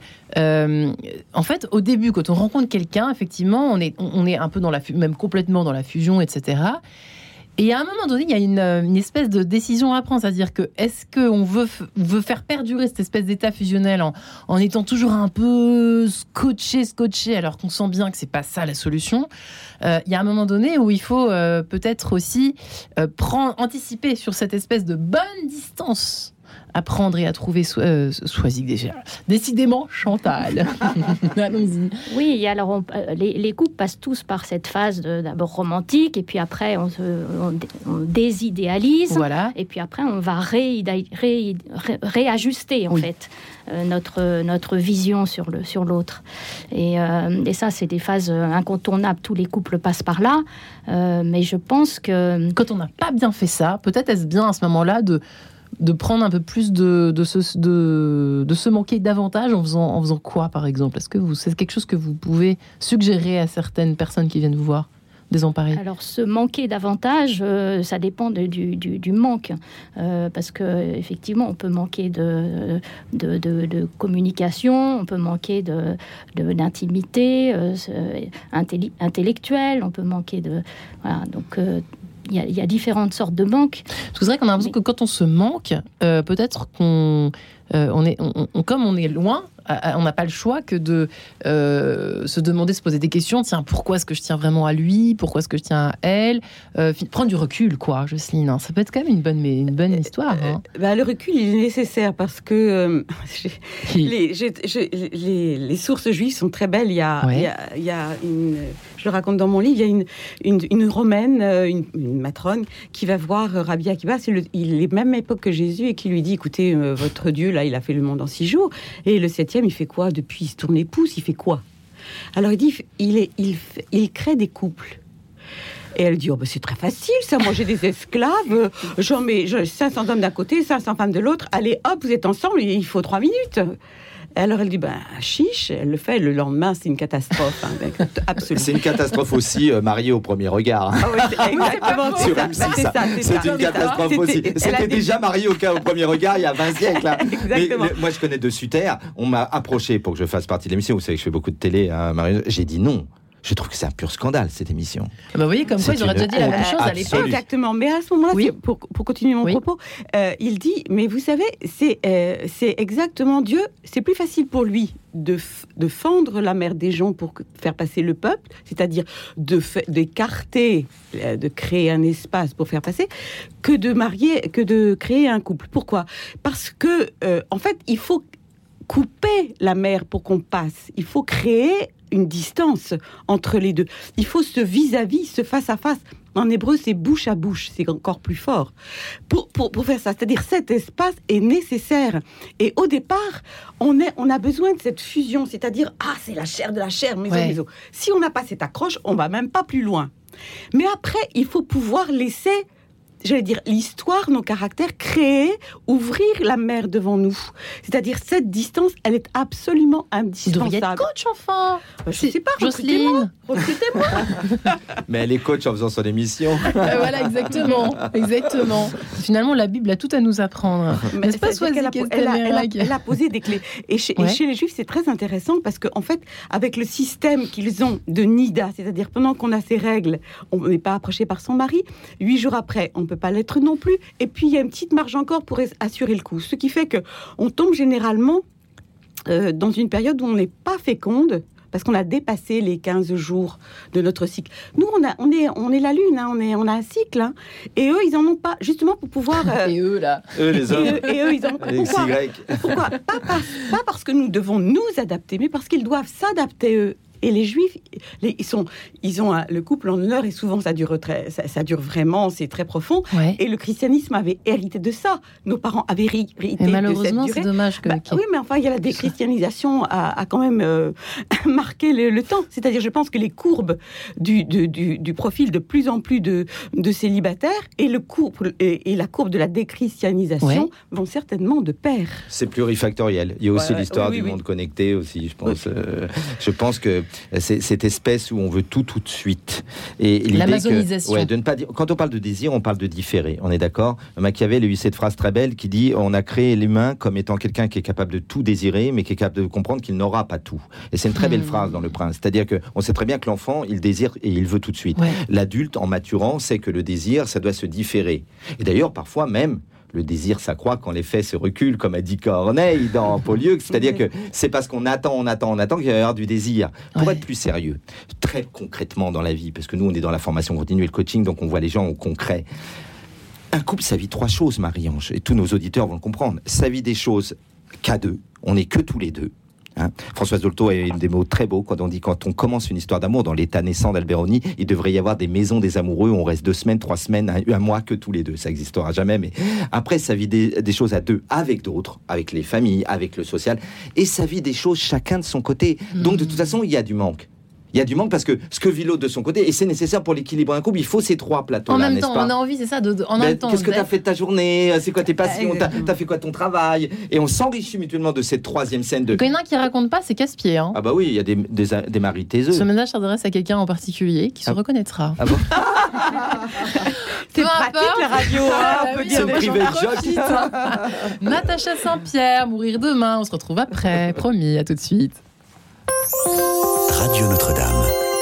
Speaker 1: En fait, au début, quand on rencontre quelqu'un, effectivement, on est un peu même complètement dans la fusion, etc. Et à un moment donné, il y a une espèce de décision à prendre, c'est-à-dire que est-ce qu'on veut faire perdurer cette espèce d'état fusionnel en étant toujours un peu scotché, alors qu'on sent bien que c'est pas ça la solution. Il y a un moment donné où il faut peut-être aussi anticiper sur cette espèce de bonne distance à prendre et à trouver Soisy déjà. Décidément, Chantal. Allons-y.
Speaker 3: Oui, alors les couples passent tous par cette phase d'abord romantique, et puis après on désidéalise,
Speaker 1: voilà.
Speaker 3: Et puis après on va réajuster en fait notre vision sur l'autre. Et ça, c'est des phases incontournables. Tous les couples passent par là. Mais je pense que...
Speaker 1: Quand on n'a pas bien fait ça, peut-être est-ce bien à ce moment-là de prendre un peu plus de se manquer davantage en faisant quoi, par exemple? Est-ce que c'est quelque chose que vous pouvez suggérer à certaines personnes qui viennent vous voir, désemparées?
Speaker 3: Alors, se manquer davantage, ça dépend du manque. Parce qu'effectivement, on peut manquer de communication, on peut manquer d'intimité intellectuelle, on peut manquer de... Voilà, donc... Il y a différentes sortes de manques.
Speaker 1: Parce que c'est vrai qu'on a l'impression que quand on se manque, peut-être qu'on... comme on est loin, on n'a pas le choix que de se demander, se poser des questions. Tiens, pourquoi est-ce que je tiens vraiment à lui? Pourquoi est-ce que je tiens à elle? Prendre du recul, quoi, Jocelyne. Hein. Ça peut être quand même une bonne histoire. Hein.
Speaker 2: Le recul, il est nécessaire parce que les sources juives sont très belles. Il y a une... Je le raconte dans mon livre, il y a une romaine, une matrone, qui va voir Rabbi Akiva, il est même époque que Jésus, et qui lui dit, écoutez, votre Dieu, là, il a fait le monde en 6 jours, et le 7e, il fait quoi? Depuis, il se tourne les pouces, il fait quoi? Alors il dit, il crée des couples. Et elle dit, c'est très facile, ça, moi j'ai des esclaves, j'en mets 500 hommes d'un côté, 500 femmes de l'autre, allez hop, vous êtes ensemble, il faut 3 minutes. Alors elle dit, chiche, elle le fait, le lendemain c'est une catastrophe, absolument.
Speaker 4: C'est une catastrophe aussi, mariée au premier regard.
Speaker 2: Ah oui, exactement,
Speaker 4: sur M6, c'est une catastrophe aussi. C'était déjà marié au premier regard il y a 20 siècles. Hein.
Speaker 2: Exactement.
Speaker 4: Mais moi je connais de Sutter, on m'a approché pour que je fasse partie de l'émission, vous savez que je fais beaucoup de télé, hein, Marie, j'ai dit non. Je trouve que c'est un pur scandale, cette émission.
Speaker 1: Vous voyez, comme quoi, ils auraient déjà dit la même chose à l'époque.
Speaker 2: Exactement. Mais à ce moment-là, pour continuer mon propos, il dit, mais vous savez, c'est exactement Dieu, c'est plus facile pour lui de fendre la mer des gens pour faire passer le peuple, c'est-à-dire d'écarter, de créer un espace pour faire passer, que de créer un couple. Pourquoi? Parce que, en fait, il faut couper la mer pour qu'on passe. Il faut créer une distance entre les deux. Il faut ce vis-à-vis, ce face-à-face. En hébreu, c'est bouche à bouche, c'est encore plus fort. Pour faire ça, c'est-à-dire cet espace est nécessaire. Et au départ, on a besoin de cette fusion, c'est-à-dire, c'est la chair de la chair, maison. Si on n'a pas cette accroche, on va même pas plus loin. Mais après, il faut pouvoir laisser... J'allais dire, l'histoire, nos caractères, créer, ouvrir la mer devant nous. C'est-à-dire, cette distance, elle est absolument indispensable.
Speaker 1: Vous devriez être coach, enfin.
Speaker 2: Je sais pas,
Speaker 1: Jocelyne.
Speaker 2: Recrutez-moi.
Speaker 4: Mais elle est coach en faisant son émission.
Speaker 1: Voilà, exactement. Finalement, la Bible a tout à nous apprendre. N'est-ce pas,
Speaker 2: elle a posé des clés. Et chez les Juifs, c'est très intéressant parce qu'en fait, avec le système qu'ils ont de Nida, c'est-à-dire pendant qu'on a ces règles, on n'est pas approché par son mari, 8 jours après, on peut pas l'être non plus. Et puis, il y a une petite marge encore pour assurer le coup. Ce qui fait qu'on tombe généralement dans une période où on n'est pas féconde, parce qu'on a dépassé les 15 jours de notre cycle. Nous, on est la Lune, hein, on a un cycle. Hein, et eux, ils n'en ont pas, justement pour pouvoir...
Speaker 1: Et eux, là.
Speaker 4: Eux, les hommes.
Speaker 2: Et eux, ils en ont pas. Pourquoi pas parce que nous devons nous adapter, mais parce qu'ils doivent s'adapter, eux. Et les Juifs, ils ont le couple en honneur, et souvent ça dure vraiment, c'est très profond. Ouais. Et le christianisme avait hérité de ça. Nos parents avaient hérité de cette durée.
Speaker 1: Malheureusement, c'est dommage que...
Speaker 2: Oui, mais enfin, il y a la déchristianisation a quand même marqué le temps. C'est-à-dire, je pense que les courbes du profil de plus en plus de célibataires et la courbe de la déchristianisation vont certainement de pair.
Speaker 4: C'est plurifactoriel. Il y a aussi l'histoire du monde connecté aussi, je pense. Je pense que c'est cette espèce où on veut tout de suite. Et
Speaker 1: l'amazonisation.
Speaker 4: De ne pas dire, quand on parle de désir, on parle de différer. On est d'accord? Machiavel a eu cette phrase très belle qui dit: on a créé l'humain comme étant quelqu'un qui est capable de tout désirer, mais qui est capable de comprendre qu'il n'aura pas tout. Et c'est une très belle phrase dans Le Prince. C'est-à-dire qu'on sait très bien que l'enfant, il désire et il veut tout de suite. Ouais. L'adulte, en maturant, sait que le désir, ça doit se différer. Et d'ailleurs, parfois même, le désir s'accroît quand les faits se reculent, comme a dit Corneille dans Polyeucte. C'est-à-dire que c'est parce qu'on attend qu'il va y avoir du désir. Pour être plus sérieux, très concrètement dans la vie, parce que nous, on est dans la formation continue et le coaching, donc on voit les gens au concret. Un couple, ça vit 3 choses, Marie-Ange, et tous nos auditeurs vont le comprendre. Ça vit des choses qu'à 2, on n'est que tous les deux. Hein. Françoise Dolto a des mots très beaux quand on dit, quand on commence une histoire d'amour, dans l'état naissant d'Alberoni, il devrait y avoir des maisons des amoureux où on reste 2 semaines, 3 semaines, un mois que tous les deux. Ça n'existera jamais, mais après ça vit des choses à 2 avec d'autres, avec les familles, avec le social, et ça vit des choses chacun de son côté. Donc de toute façon il y a du manque. Il y a du manque parce que ce que vit l'autre de son côté, et c'est nécessaire pour l'équilibre d'un couple, il faut ces 3 plateaux-là,
Speaker 1: En même
Speaker 4: n'est-ce
Speaker 1: temps,
Speaker 4: pas?
Speaker 1: on a envie, c'est ça, en même temps.
Speaker 4: Qu'est-ce que tu as fait de ta journée? C'est quoi tes passions? T'as fait quoi de ton travail? Et on s'enrichit mutuellement de cette 3e scène de...
Speaker 1: Quand il y en a un qui raconte pas, c'est casse-pied. Hein.
Speaker 4: Ah bah oui, il y a des maris taiseux.
Speaker 1: Ce message s'adresse à quelqu'un en particulier qui se reconnaîtra.
Speaker 4: Ah bon?
Speaker 2: C'est pratique la radio, hein, on peut dire
Speaker 4: des choses.
Speaker 1: Natacha Saint-Pierre, Mourir demain. On se retrouve après, promis, à tout de suite.
Speaker 6: Radio Notre-Dame.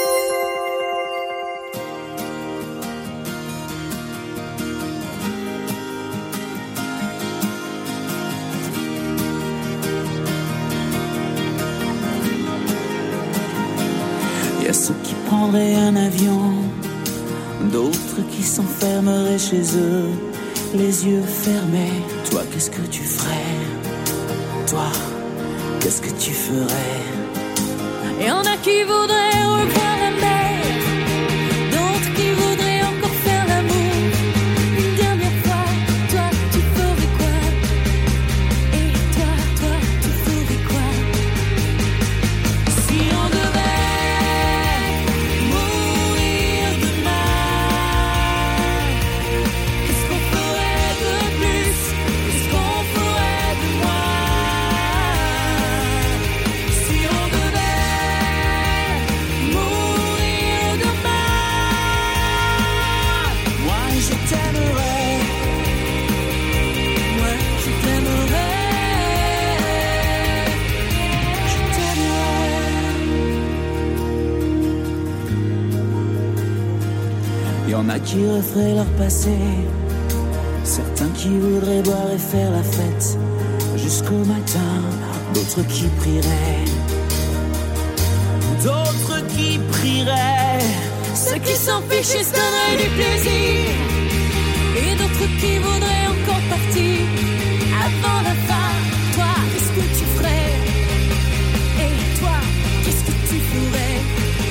Speaker 9: Il y a ceux qui prendraient un avion, d'autres qui s'enfermeraient chez eux, les yeux fermés. Toi, qu'est-ce que tu ferais? Toi, qu'est-ce que tu ferais?
Speaker 10: Et y en a qui voudraient revoir la mer, d'autres qui voudraient encore faire l'amour une dernière fois. Toi, tu ferais quoi? Et toi, tu ferais quoi? Si on devait mourir demain, qu'est-ce qu'on ferait de plus? Qu'est-ce qu'on ferait de moins? Si on devait mourir demain, moi je t'aimerais, moi je t'aimerais, je t'aimerais.
Speaker 9: Y en a qui referaient leur passé, certains qui voudraient boire et faire la fête jusqu'au matin, d'autres qui prieraient, d'autres qui prieraient.
Speaker 10: Ceux qui s'en fichent et se donneraient du plaisir, et d'autres qui voudraient encore partir avant la fin. Toi, qu'est-ce que tu ferais? Et toi, qu'est-ce que tu ferais?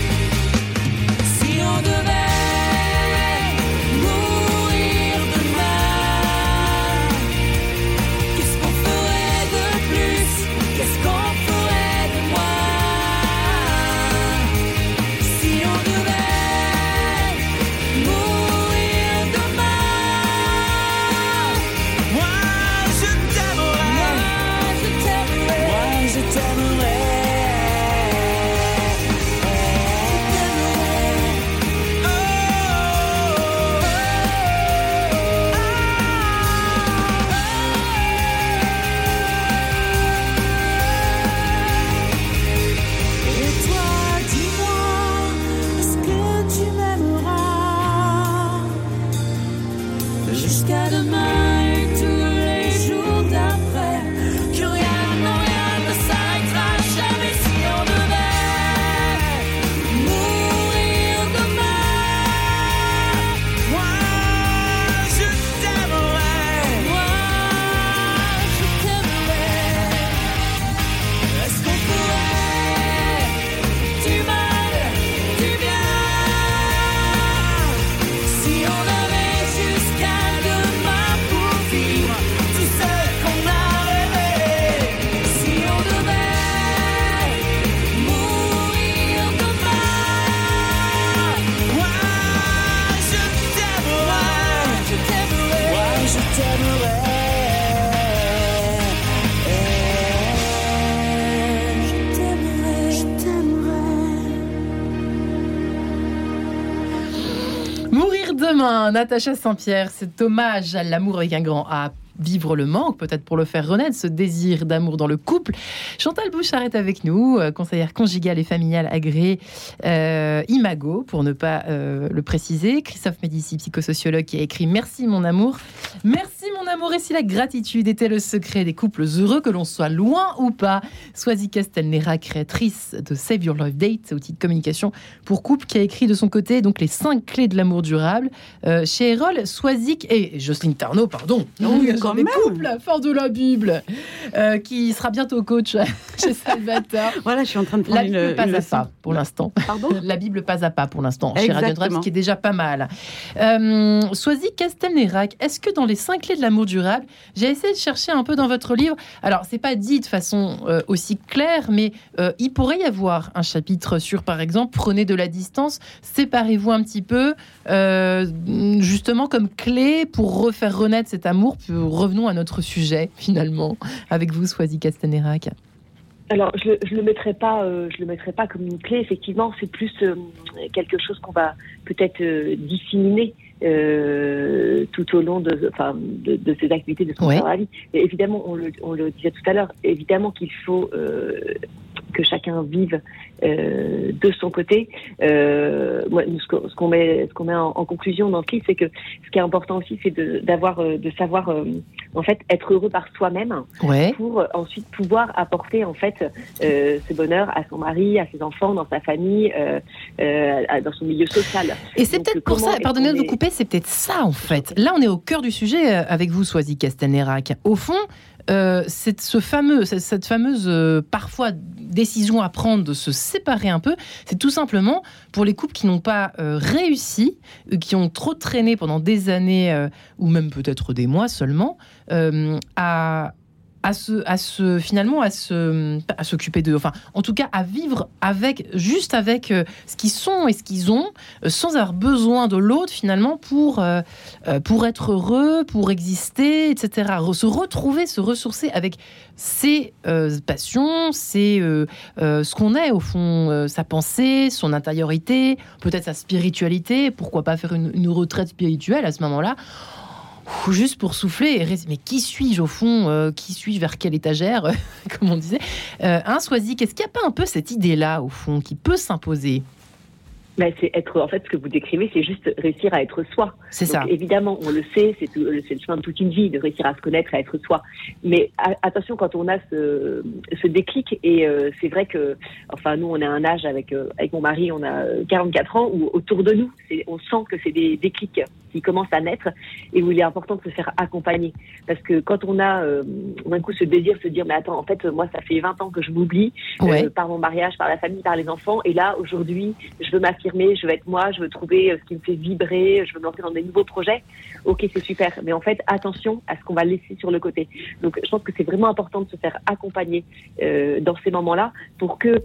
Speaker 10: Si on devait mourir demain, qu'est-ce qu'on ferait de plus? Qu'est-ce qu'on ferait de moins? Si on devait mourir demain,
Speaker 9: Moi je t'aimerais, moi je t'aimerais.
Speaker 10: Et toi, dis-moi, est-ce que tu m'aimeras jusqu'à demain et tous les jours d'après? Que rien, non rien ne s'arrêtera jamais si on devait mourir demain.
Speaker 9: Moi je t'aimerais.
Speaker 10: Moi, je t'aimerais. Est-ce qu'on pourrait du mal, du bien? Si on avait jusqu'à demain pour vivre tout ce qu'on a rêvé. Si on devait mourir demain,
Speaker 9: Moi je t'aimerais.
Speaker 10: je t'aimerais.
Speaker 9: Moi je t'aimerais.
Speaker 10: Je t'aimerais.
Speaker 1: Mourir demain, Natacha Saint-Pierre, cet hommage à l'amour avec un grand A. Vivre le manque, peut-être pour le faire renaître, ce désir d'amour dans le couple. Chantal Bouchard est avec nous, conseillère conjugale et familiale agréée Imago, pour ne pas le préciser. Christophe Médici, psychosociologue, qui a écrit « Merci mon amour ». Merci mon amour, et si la gratitude était le secret des couples heureux, que l'on soit loin ou pas. Swazik Castelnera, créatrice de Save Your Love Date, outil de communication pour couple, qui a écrit de son côté donc les 5 clés de l'amour durable chez Erol, Swazik et Jocelyne Tarnot, pardon.
Speaker 2: Quand
Speaker 1: les
Speaker 2: même.
Speaker 1: couples, fort de la Bible, qui sera bientôt coach chez Salvatore.
Speaker 2: Voilà, je suis en train de prendre
Speaker 1: La Bible pas
Speaker 2: une
Speaker 1: à
Speaker 2: leçon.
Speaker 1: pas pour l'instant.
Speaker 2: Pardon?
Speaker 1: La Bible pas à pas pour l'instant chez Radio
Speaker 2: Exactement.
Speaker 1: Notre-Dame, ce qui est déjà pas mal. Swazik Castelnerac, est-ce que dans les 5 clés de l'amour l'amour durable. J'ai essayé de chercher un peu dans votre livre. Alors, c'est pas dit de façon aussi claire, mais il pourrait y avoir un chapitre sur, par exemple, prenez de la distance, séparez-vous un petit peu, justement comme clé pour refaire renaître cet amour. Puis revenons à notre sujet, finalement, avec vous, Swazik Castanérac.
Speaker 5: Alors, je le mettrai pas comme une clé. Effectivement, c'est plus quelque chose qu'on va peut-être disséminer tout au long de ces activités de son travail. Et évidemment, on le disait tout à l'heure, évidemment qu'il faut que chacun vive de son côté. Ce qu'on met en conclusion dans le livre, c'est que ce qui est important aussi, c'est de savoir en fait être heureux par soi-même pour ensuite pouvoir apporter en fait ce bonheur à son mari, à ses enfants, dans sa famille, dans son milieu social.
Speaker 1: Et c'est peut-être pour ça, pardonnez de vous couper, c'est peut-être ça en fait. Là, on est au cœur du sujet avec vous, Swazik Castanérac. Au fond, cette fameuse parfois décision à prendre de se séparer un peu, c'est tout simplement pour les couples qui n'ont pas réussi, qui ont trop traîné pendant des années ou même peut-être des mois seulement, à s'occuper d'eux, enfin, en tout cas, à vivre avec ce qu'ils sont et ce qu'ils ont, sans avoir besoin de l'autre, finalement, pour être heureux, pour exister, etc. Se retrouver, se ressourcer avec ses passions, ce qu'on est, au fond, sa pensée, son intériorité, peut-être sa spiritualité, pourquoi pas faire une retraite spirituelle à ce moment-là, juste pour souffler, mais qui suis-je au fond, qui suis-je, vers quelle étagère, comme on disait. Swazik, est-ce qu'il n'y a pas un peu cette idée-là, au fond, qui peut s'imposer ?
Speaker 5: C'est être, en fait, ce que vous décrivez, c'est juste réussir à être soi.
Speaker 1: C'est ça.
Speaker 5: Évidemment, on le sait, c'est le chemin de toute une vie, de réussir à se connaître, à être soi. Mais attention, quand on a ce déclic, et c'est vrai que, enfin, nous, on a un âge avec mon mari, on a 44 ans, où autour de nous, on sent que c'est des déclics qui commencent à naître, et où il est important de se faire accompagner. Parce que quand on a d'un coup ce désir de se dire, mais attends, en fait, moi, ça fait 20 ans que je m'oublie, par mon mariage, par la famille, par les enfants, et là, aujourd'hui, je veux m'affirmer, je veux être moi, je veux trouver ce qui me fait vibrer, je veux me lancer dans des nouveaux projets. Ok, c'est super, mais en fait, attention à ce qu'on va laisser sur le côté. Donc, je pense que c'est vraiment important de se faire accompagner dans ces moments-là pour que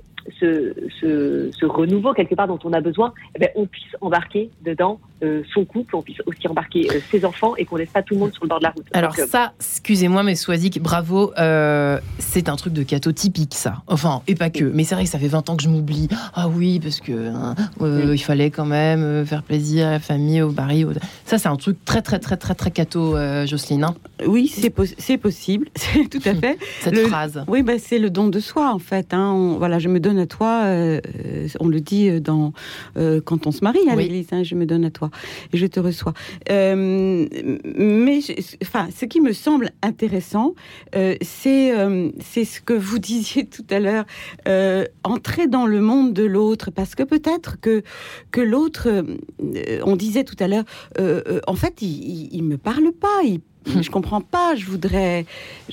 Speaker 5: ce renouveau, quelque part, dont on a besoin, on puisse embarquer dedans son couple, on puisse aussi embarquer ses enfants et qu'on laisse pas tout le monde sur le bord de la route.
Speaker 1: Alors ça, excusez-moi, mais Swazik, bravo, c'est un truc de catho typique, ça. Enfin, et pas que. Mais c'est vrai que ça fait 20 ans que je m'oublie. Ah oui, parce que il fallait quand même faire plaisir à la famille, au mari. Ça, c'est un truc très, très, très, très, très catho, Jocelyne. Hein.
Speaker 2: Oui, c'est possible, c'est tout à fait.
Speaker 1: Cette phrase.
Speaker 2: Oui, c'est le don de soi, en fait. Hein. Voilà, je me donne à toi, on le dit quand on se marie à l'église, hein, je me donne à toi et je te reçois. Mais ce qui me semble intéressant, c'est ce que vous disiez tout à l'heure, entrer dans le monde de l'autre, parce que peut-être que l'autre, on disait tout à l'heure, en fait, il me parle pas, je comprends pas, je voudrais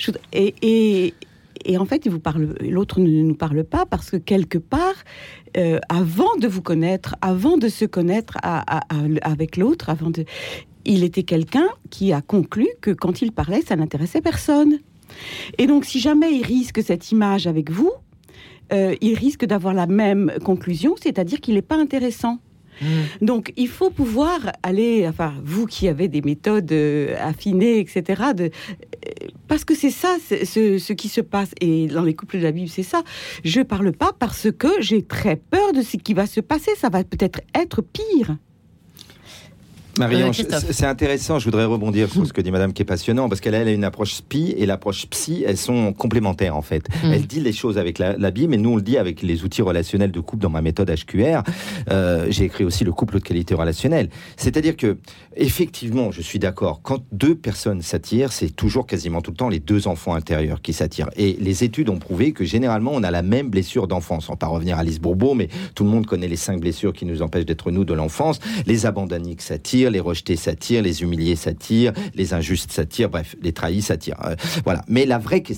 Speaker 2: et en fait, l'autre ne nous parle pas parce que quelque part, avant de vous connaître, avant de se connaître avec l'autre, il était quelqu'un qui a conclu que quand il parlait, ça n'intéressait personne. Et donc, si jamais il risque cette image avec vous, il risque d'avoir la même conclusion, c'est-à-dire qu'il n'est pas intéressant. Donc, il faut pouvoir aller, enfin, vous qui avez des méthodes affinées, etc., parce que c'est ça, ce qui se passe. Et dans les couples de la Bible, c'est ça. Je ne parle pas parce que j'ai très peur de ce qui va se passer. Ça va peut-être être pire.
Speaker 4: Marie-Ange, c'est intéressant, je voudrais rebondir sur ce que dit Madame qui est passionnant, parce qu'elle a une approche spi et l'approche psy, elles sont complémentaires en fait. Elle dit les choses avec la Bible, mais nous on le dit avec les outils relationnels de couple dans ma méthode HQR. J'ai écrit aussi le couple de qualité relationnelle. C'est-à-dire que, effectivement, je suis d'accord, quand deux personnes s'attirent, c'est toujours quasiment tout le temps les deux enfants intérieurs qui s'attirent. Et les études ont prouvé que généralement on a la même blessure d'enfance. On va pas revenir à Lise Bourbeau, mais tout le monde connaît les 5 blessures qui nous empêchent d'être nous de l'enfance. Les abandonnés s'attirent, les rejetés s'attirent, les humiliés s'attirent, les injustes s'attirent, bref, les trahis s'attirent. Voilà. Mais la vraie question,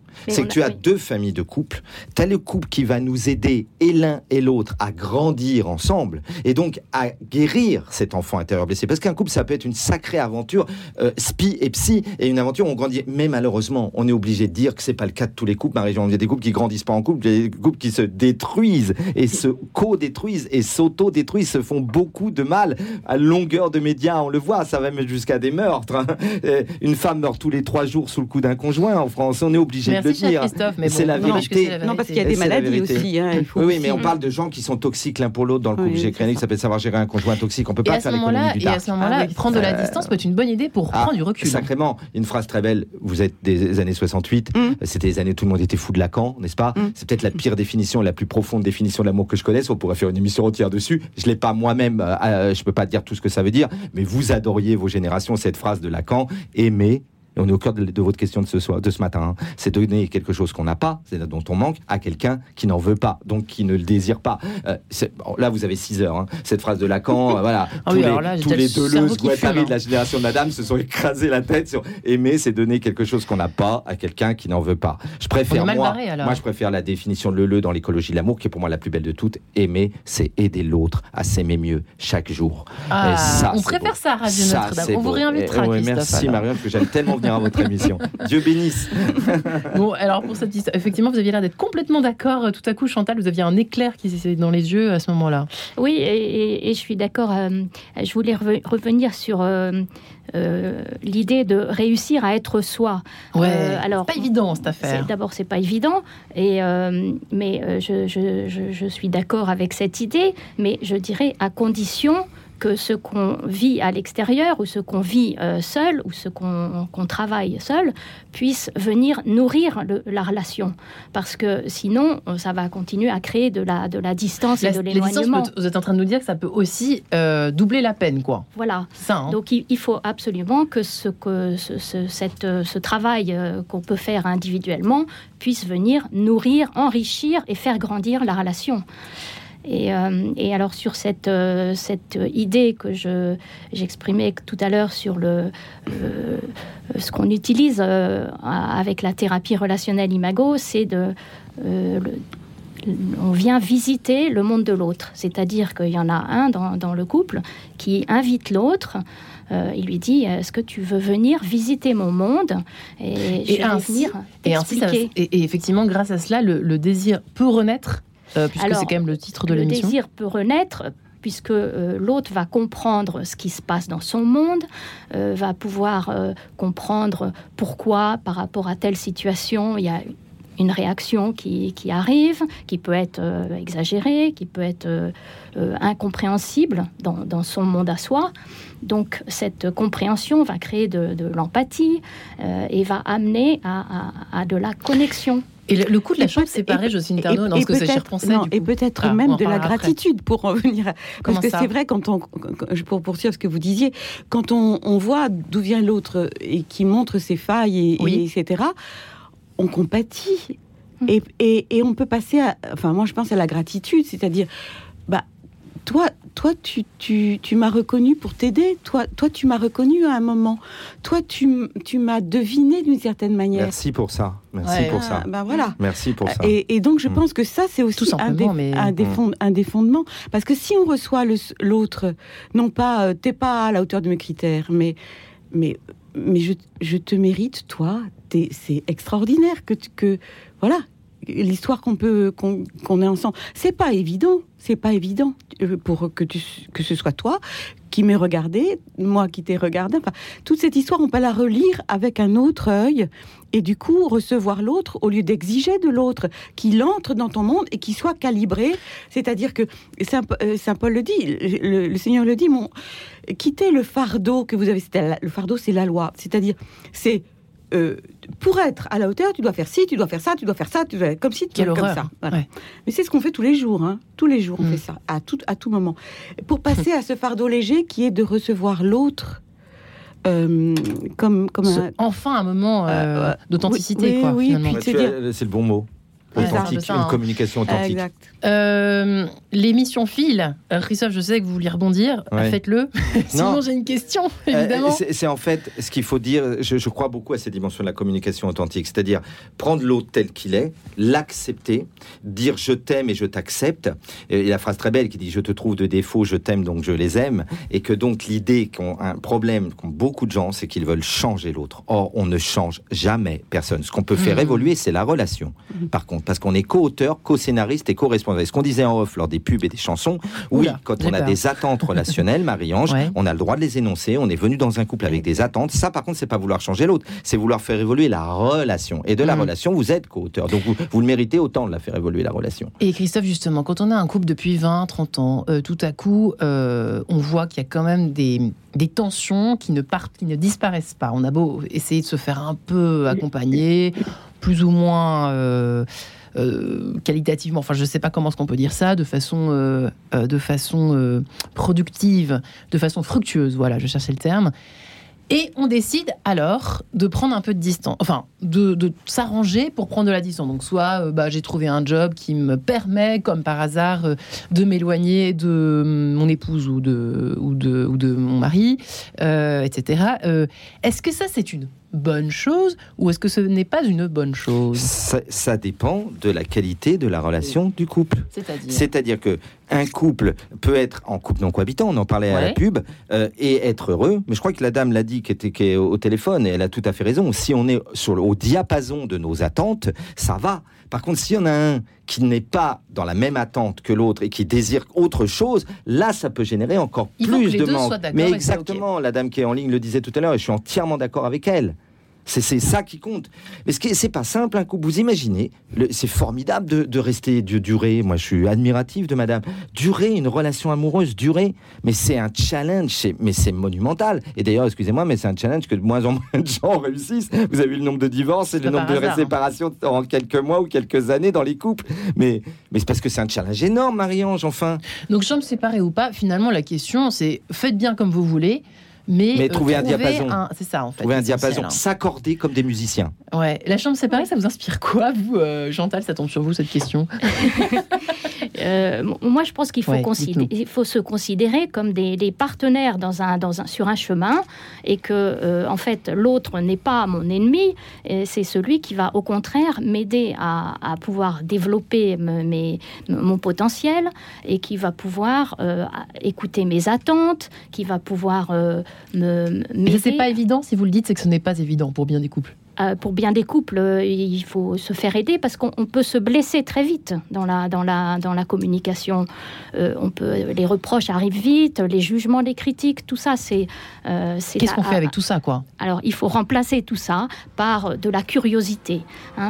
Speaker 4: C'est que tu as deux familles de couples. Tu as le couple qui va nous aider, et l'un et l'autre, à grandir ensemble, et donc à guérir cet enfant intérieur blessé. Parce qu'un couple, ça peut être une sacrée aventure, spi et psy, et une aventure où on grandit. Mais malheureusement, on est obligé de dire que c'est pas le cas de tous les couples. Marie-Jean, il y a des couples qui grandissent pas en couple, il y a des couples qui se détruisent, et se co-détruisent, et s'auto-détruisent, se font beaucoup de mal. À longueur de médias, on le voit, ça va même jusqu'à des meurtres. Hein. Une femme meurt tous les 3 jours sous le coup d'un conjoint en France. On est obligé de le dire.
Speaker 1: Mais
Speaker 4: c'est la vérité.
Speaker 2: Non, parce qu'il y a des maladies aussi. Hein,
Speaker 4: oui, mais on parle de gens qui sont toxiques l'un pour l'autre dans le couple. J'ai créé un livre qui s'appelle Savoir gérer un conjoint toxique. On peut pas faire l'économie du tard.
Speaker 1: Et à ce moment-là, prendre de la distance peut être une bonne idée pour prendre du recul.
Speaker 4: Sacrément. Une phrase très belle. Vous êtes des années 68. C'était les années où tout le monde était fou de Lacan, n'est-ce pas? C'est peut-être la pire définition, la plus profonde définition de l'amour que je connaisse. On pourrait faire une émission entière dessus. Je l'ai pas moi-même. Je peux pas dire tout ce que ça veut dire. Mais vous adoriez, vos générations, cette phrase de Lacan. Aimer. Et on est au cœur de votre question de ce matin. Hein. C'est donner quelque chose qu'on n'a pas, dont on manque, à quelqu'un qui n'en veut pas, donc qui ne le désire pas. Là, vous avez 6 heures. Hein. Cette phrase de Lacan, voilà. Tous les Deleuze, Guattari de la génération de Madame se sont écrasés la tête sur aimer, c'est donner quelque chose qu'on n'a pas à quelqu'un qui n'en veut pas. Je préfère moi, je préfère la définition de Leleu dans l'écologie de l'amour, qui est pour moi la plus belle de toutes. Aimer, c'est aider l'autre à s'aimer mieux chaque jour.
Speaker 1: Ça, on préfère ça à Radio Notre-Dame. On vous réinvitera.
Speaker 4: Merci Marion, parce que j'aime tellement venir à votre émission. Dieu bénisse.
Speaker 1: Bon, alors pour cette histoire, effectivement, vous aviez l'air d'être complètement d'accord. Tout à coup, Chantal, vous aviez un éclair qui s'est dans les yeux à ce moment-là.
Speaker 3: Oui, et je suis d'accord. Je voulais revenir sur l'idée de réussir à être soi.
Speaker 1: Alors, c'est pas évident cette affaire.
Speaker 3: D'abord, c'est pas évident, mais je suis d'accord avec cette idée, mais je dirais à condition que ce qu'on vit à l'extérieur ou ce qu'on vit seul ou ce qu'on travaille seul puisse venir nourrir la relation. Parce que sinon, ça va continuer à créer de la distance et de l'éloignement.
Speaker 1: Vous êtes en train de nous dire que ça peut aussi doubler la peine, quoi.
Speaker 3: Voilà.
Speaker 1: Ça, hein.
Speaker 3: Donc il faut absolument que ce travail qu'on peut faire individuellement puisse venir nourrir, enrichir et faire grandir la relation. Et alors sur cette idée que j'exprimais tout à l'heure sur ce qu'on utilise avec la thérapie relationnelle Imago, c'est on vient visiter le monde de l'autre. C'est-à-dire qu'il y en a un dans le couple qui invite l'autre. Il lui dit, est-ce que tu veux venir visiter mon monde? Et
Speaker 1: effectivement, grâce à cela, le désir peut renaître. Puisque c'est quand même le titre de l'émission.
Speaker 3: Le désir peut renaître puisque l'autre va comprendre ce qui se passe dans son monde, va pouvoir comprendre pourquoi, par rapport à telle situation, il y a une réaction qui arrive, qui peut être exagérée, qui peut être incompréhensible dans son monde à soi. Donc cette compréhension va créer de l'empathie et va amener à de la connexion.
Speaker 1: Et le coup de la chambre séparée, Jocelyne Ternot, dans ce que j'y repensais.
Speaker 2: Et peut-être même de la gratitude, pour en venir. Parce que c'est vrai, pour poursuivre ce que vous disiez, quand on voit d'où vient l'autre et qui montre ses failles, etc., on compatit. Et on peut passer à... Enfin, moi, je pense à la gratitude, c'est-à-dire... Toi, tu m'as reconnu pour t'aider. Toi, tu m'as reconnu à un moment. Toi, tu m'as deviné d'une certaine manière.
Speaker 4: Merci pour ça. Merci pour ça.
Speaker 2: Voilà.
Speaker 4: Merci pour ça.
Speaker 2: Et donc, je pense que ça, c'est aussi un des fondements. Parce que si on reçoit l'autre, non pas, t'es pas à la hauteur de mes critères, mais je te mérite, toi. C'est extraordinaire que voilà. L'histoire qu'on ait ensemble, c'est pas évident pour que ce soit toi qui m'ai regardé, moi qui t'ai regardé. Enfin, toute cette histoire, on peut la relire avec un autre œil et du coup recevoir l'autre au lieu d'exiger de l'autre qu'il entre dans ton monde et qu'il soit calibré. C'est-à-dire que Saint Paul le dit, le Seigneur le dit, quittez le fardeau que vous avez. Le fardeau, c'est la loi. C'est-à-dire, c'est pour être à la hauteur, tu dois faire ci, tu dois faire ça, tu dois faire ça, tu dois être comme ci, tu dois être comme ça. Voilà. Ouais. Mais c'est ce qu'on fait tous les jours. Hein. Tous les jours, on fait ça, à tout moment. Pour passer à ce fardeau léger qui est de recevoir l'autre comme
Speaker 1: enfin un moment d'authenticité.
Speaker 2: Oui,
Speaker 4: puis c'est le bon mot. authentique, une communication authentique.
Speaker 1: L'émission file. Christophe, je sais que vous vouliez rebondir. Faites-le. Sinon, j'ai une question, évidemment.
Speaker 4: C'est en fait ce qu'il faut dire. Je crois beaucoup à cette dimension de la communication authentique. C'est-à-dire prendre l'autre tel qu'il est, l'accepter, dire je t'aime et je t'accepte. Et la phrase très belle qui dit je te trouve de défauts, je t'aime donc je les aime. Et que donc l'idée qu'ont un problème qu'ont beaucoup de gens, c'est qu'ils veulent changer l'autre. Or, on ne change jamais personne. Ce qu'on peut faire évoluer, c'est la relation. Par contre, parce qu'on est co-auteur, co-scénariste et co-responsable. Ce qu'on disait en off lors des pubs et des chansons, quand on a des attentes relationnelles, Marie-Ange, on a le droit de les énoncer. On est venu dans un couple avec des attentes. Ça, par contre, c'est pas vouloir changer l'autre, c'est vouloir faire évoluer la relation. Et de la relation, vous êtes co-auteur. Donc, vous le méritez autant de la faire évoluer, la relation.
Speaker 1: Et Christophe, justement, quand on a un couple depuis 20, 30 ans, tout à coup, on voit qu'il y a quand même des tensions qui ne disparaissent pas. On a beau essayer de se faire un peu accompagner, plus ou moins qualitativement, enfin je ne sais pas comment est-ce qu'on peut dire ça, de façon productive, de façon fructueuse, voilà, je cherchais le terme. Et on décide alors de prendre un peu de distance, enfin de s'arranger pour prendre de la distance. Donc soit j'ai trouvé un job qui me permet, comme par hasard, de m'éloigner de mon épouse ou de mon mari, etc. Est-ce que ça c'est une bonne chose ou est-ce que ce n'est pas une bonne chose ?
Speaker 4: Ça dépend de la qualité de la relation du couple. C'est-à-dire que un couple peut être en couple non cohabitant, on en parlait à la pub, et être heureux. Mais je crois que la dame l'a dit qui est au téléphone et elle a tout à fait raison. Si on est au diapason de nos attentes, ça va. Par contre, s'il y en a un qui n'est pas dans la même attente que l'autre et qui désire autre chose, là, ça peut générer encore plus de manque. Mais exactement, la dame qui est en ligne le disait tout à l'heure et je suis entièrement d'accord avec elle. C'est ça qui compte. Mais c'est pas simple, un couple. Vous imaginez, c'est formidable de rester, de durer. Moi, je suis admiratif de madame. Durer une relation amoureuse, mais c'est un challenge, mais c'est monumental. Et d'ailleurs, excusez-moi, mais c'est un challenge que de moins en moins de gens réussissent. Vous avez vu le nombre de divorces et le nombre de séparations en quelques mois ou quelques années dans les couples. Mais c'est parce que c'est un challenge énorme, Marie-Ange, enfin.
Speaker 1: Donc, chambre séparée ou pas, finalement, la question, c'est faites bien comme vous voulez. Mais trouver un diapason. C'est ça, en fait.
Speaker 4: Trouver un diapason, s'accorder comme des musiciens.
Speaker 1: Ouais. La chambre séparée, ça vous inspire quoi, vous, Chantal ? Ça tombe sur vous, cette question.
Speaker 3: Moi, je pense qu'il faut, faut se considérer comme des partenaires sur un chemin et que, en fait, l'autre n'est pas mon ennemi. C'est celui qui va, au contraire, m'aider à pouvoir développer mon potentiel et qui va pouvoir écouter mes attentes, qui va pouvoir m'aider.
Speaker 1: Mais c'est pas évident, si vous le dites, c'est que ce n'est pas évident pour bien des couples.
Speaker 3: Pour bien des couples, il faut se faire aider parce qu'on peut se blesser très vite dans la communication. Les reproches arrivent vite, les jugements, les critiques, tout ça, c'est
Speaker 1: Qu'est-ce qu'on fait avec tout ça, quoi ?
Speaker 3: Alors, il faut remplacer tout ça par de la curiosité.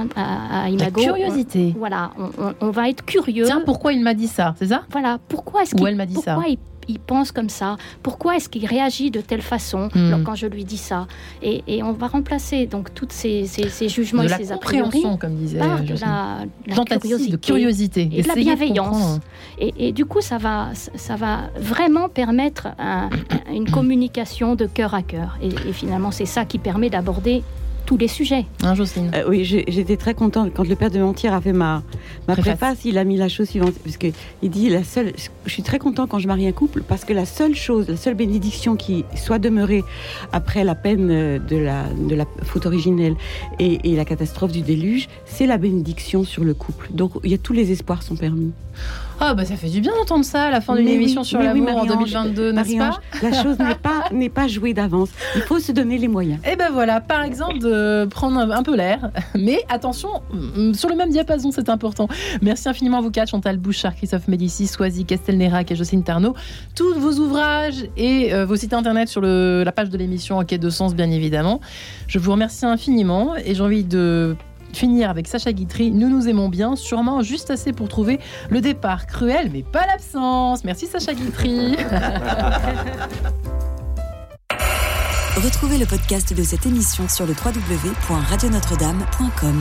Speaker 3: À Imago,
Speaker 1: la curiosité.
Speaker 3: Voilà, on va être curieux.
Speaker 1: Tiens, pourquoi il m'a dit ça, c'est ça ?
Speaker 3: Voilà, pourquoi est-ce
Speaker 1: elle m'a dit ça ?
Speaker 3: Il pense comme ça. Pourquoi est-ce qu'il réagit de telle façon quand je lui dis ça ? Et on va remplacer donc toutes ces jugements et ces a priori
Speaker 1: comme disait
Speaker 3: par de la
Speaker 1: curiosité
Speaker 3: et de la bienveillance. Et du coup, ça va vraiment permettre une communication de cœur à cœur. Et finalement, c'est ça qui permet d'aborder tous les sujets.
Speaker 1: Jocelyne.
Speaker 2: Oui, j'étais très contente quand le père de Mentir a fait ma préface. Il a mis la chose suivante, parce que il dit je suis très content quand je marie un couple, parce que la seule bénédiction qui soit demeurée après la peine de la faute originelle et la catastrophe du déluge, c'est la bénédiction sur le couple. Donc tous les espoirs sont permis.
Speaker 1: Ah ça fait du bien d'entendre ça à la fin d'une émission sur l'amour en 2022, n'est-ce pas ?
Speaker 2: La chose n'est pas jouée d'avance. Il faut se donner les moyens.
Speaker 1: Et voilà, par exemple, de prendre un peu l'air. Mais attention, sur le même diapason, c'est important. Merci infiniment à vous quatre, Chantal Bouchard, Christophe Médicis, Soisy Castelnerac et Jocelyne Tarnot. Tous vos ouvrages et vos sites internet sur la page de l'émission En quête de sens, bien évidemment. Je vous remercie infiniment et j'ai envie de finir avec Sacha Guitry, Nous nous aimons bien, sûrement juste assez pour trouver le départ cruel, mais pas l'absence. Merci Sacha Guitry.
Speaker 7: Retrouvez le podcast de cette émission sur le www.radionotre-dame.com.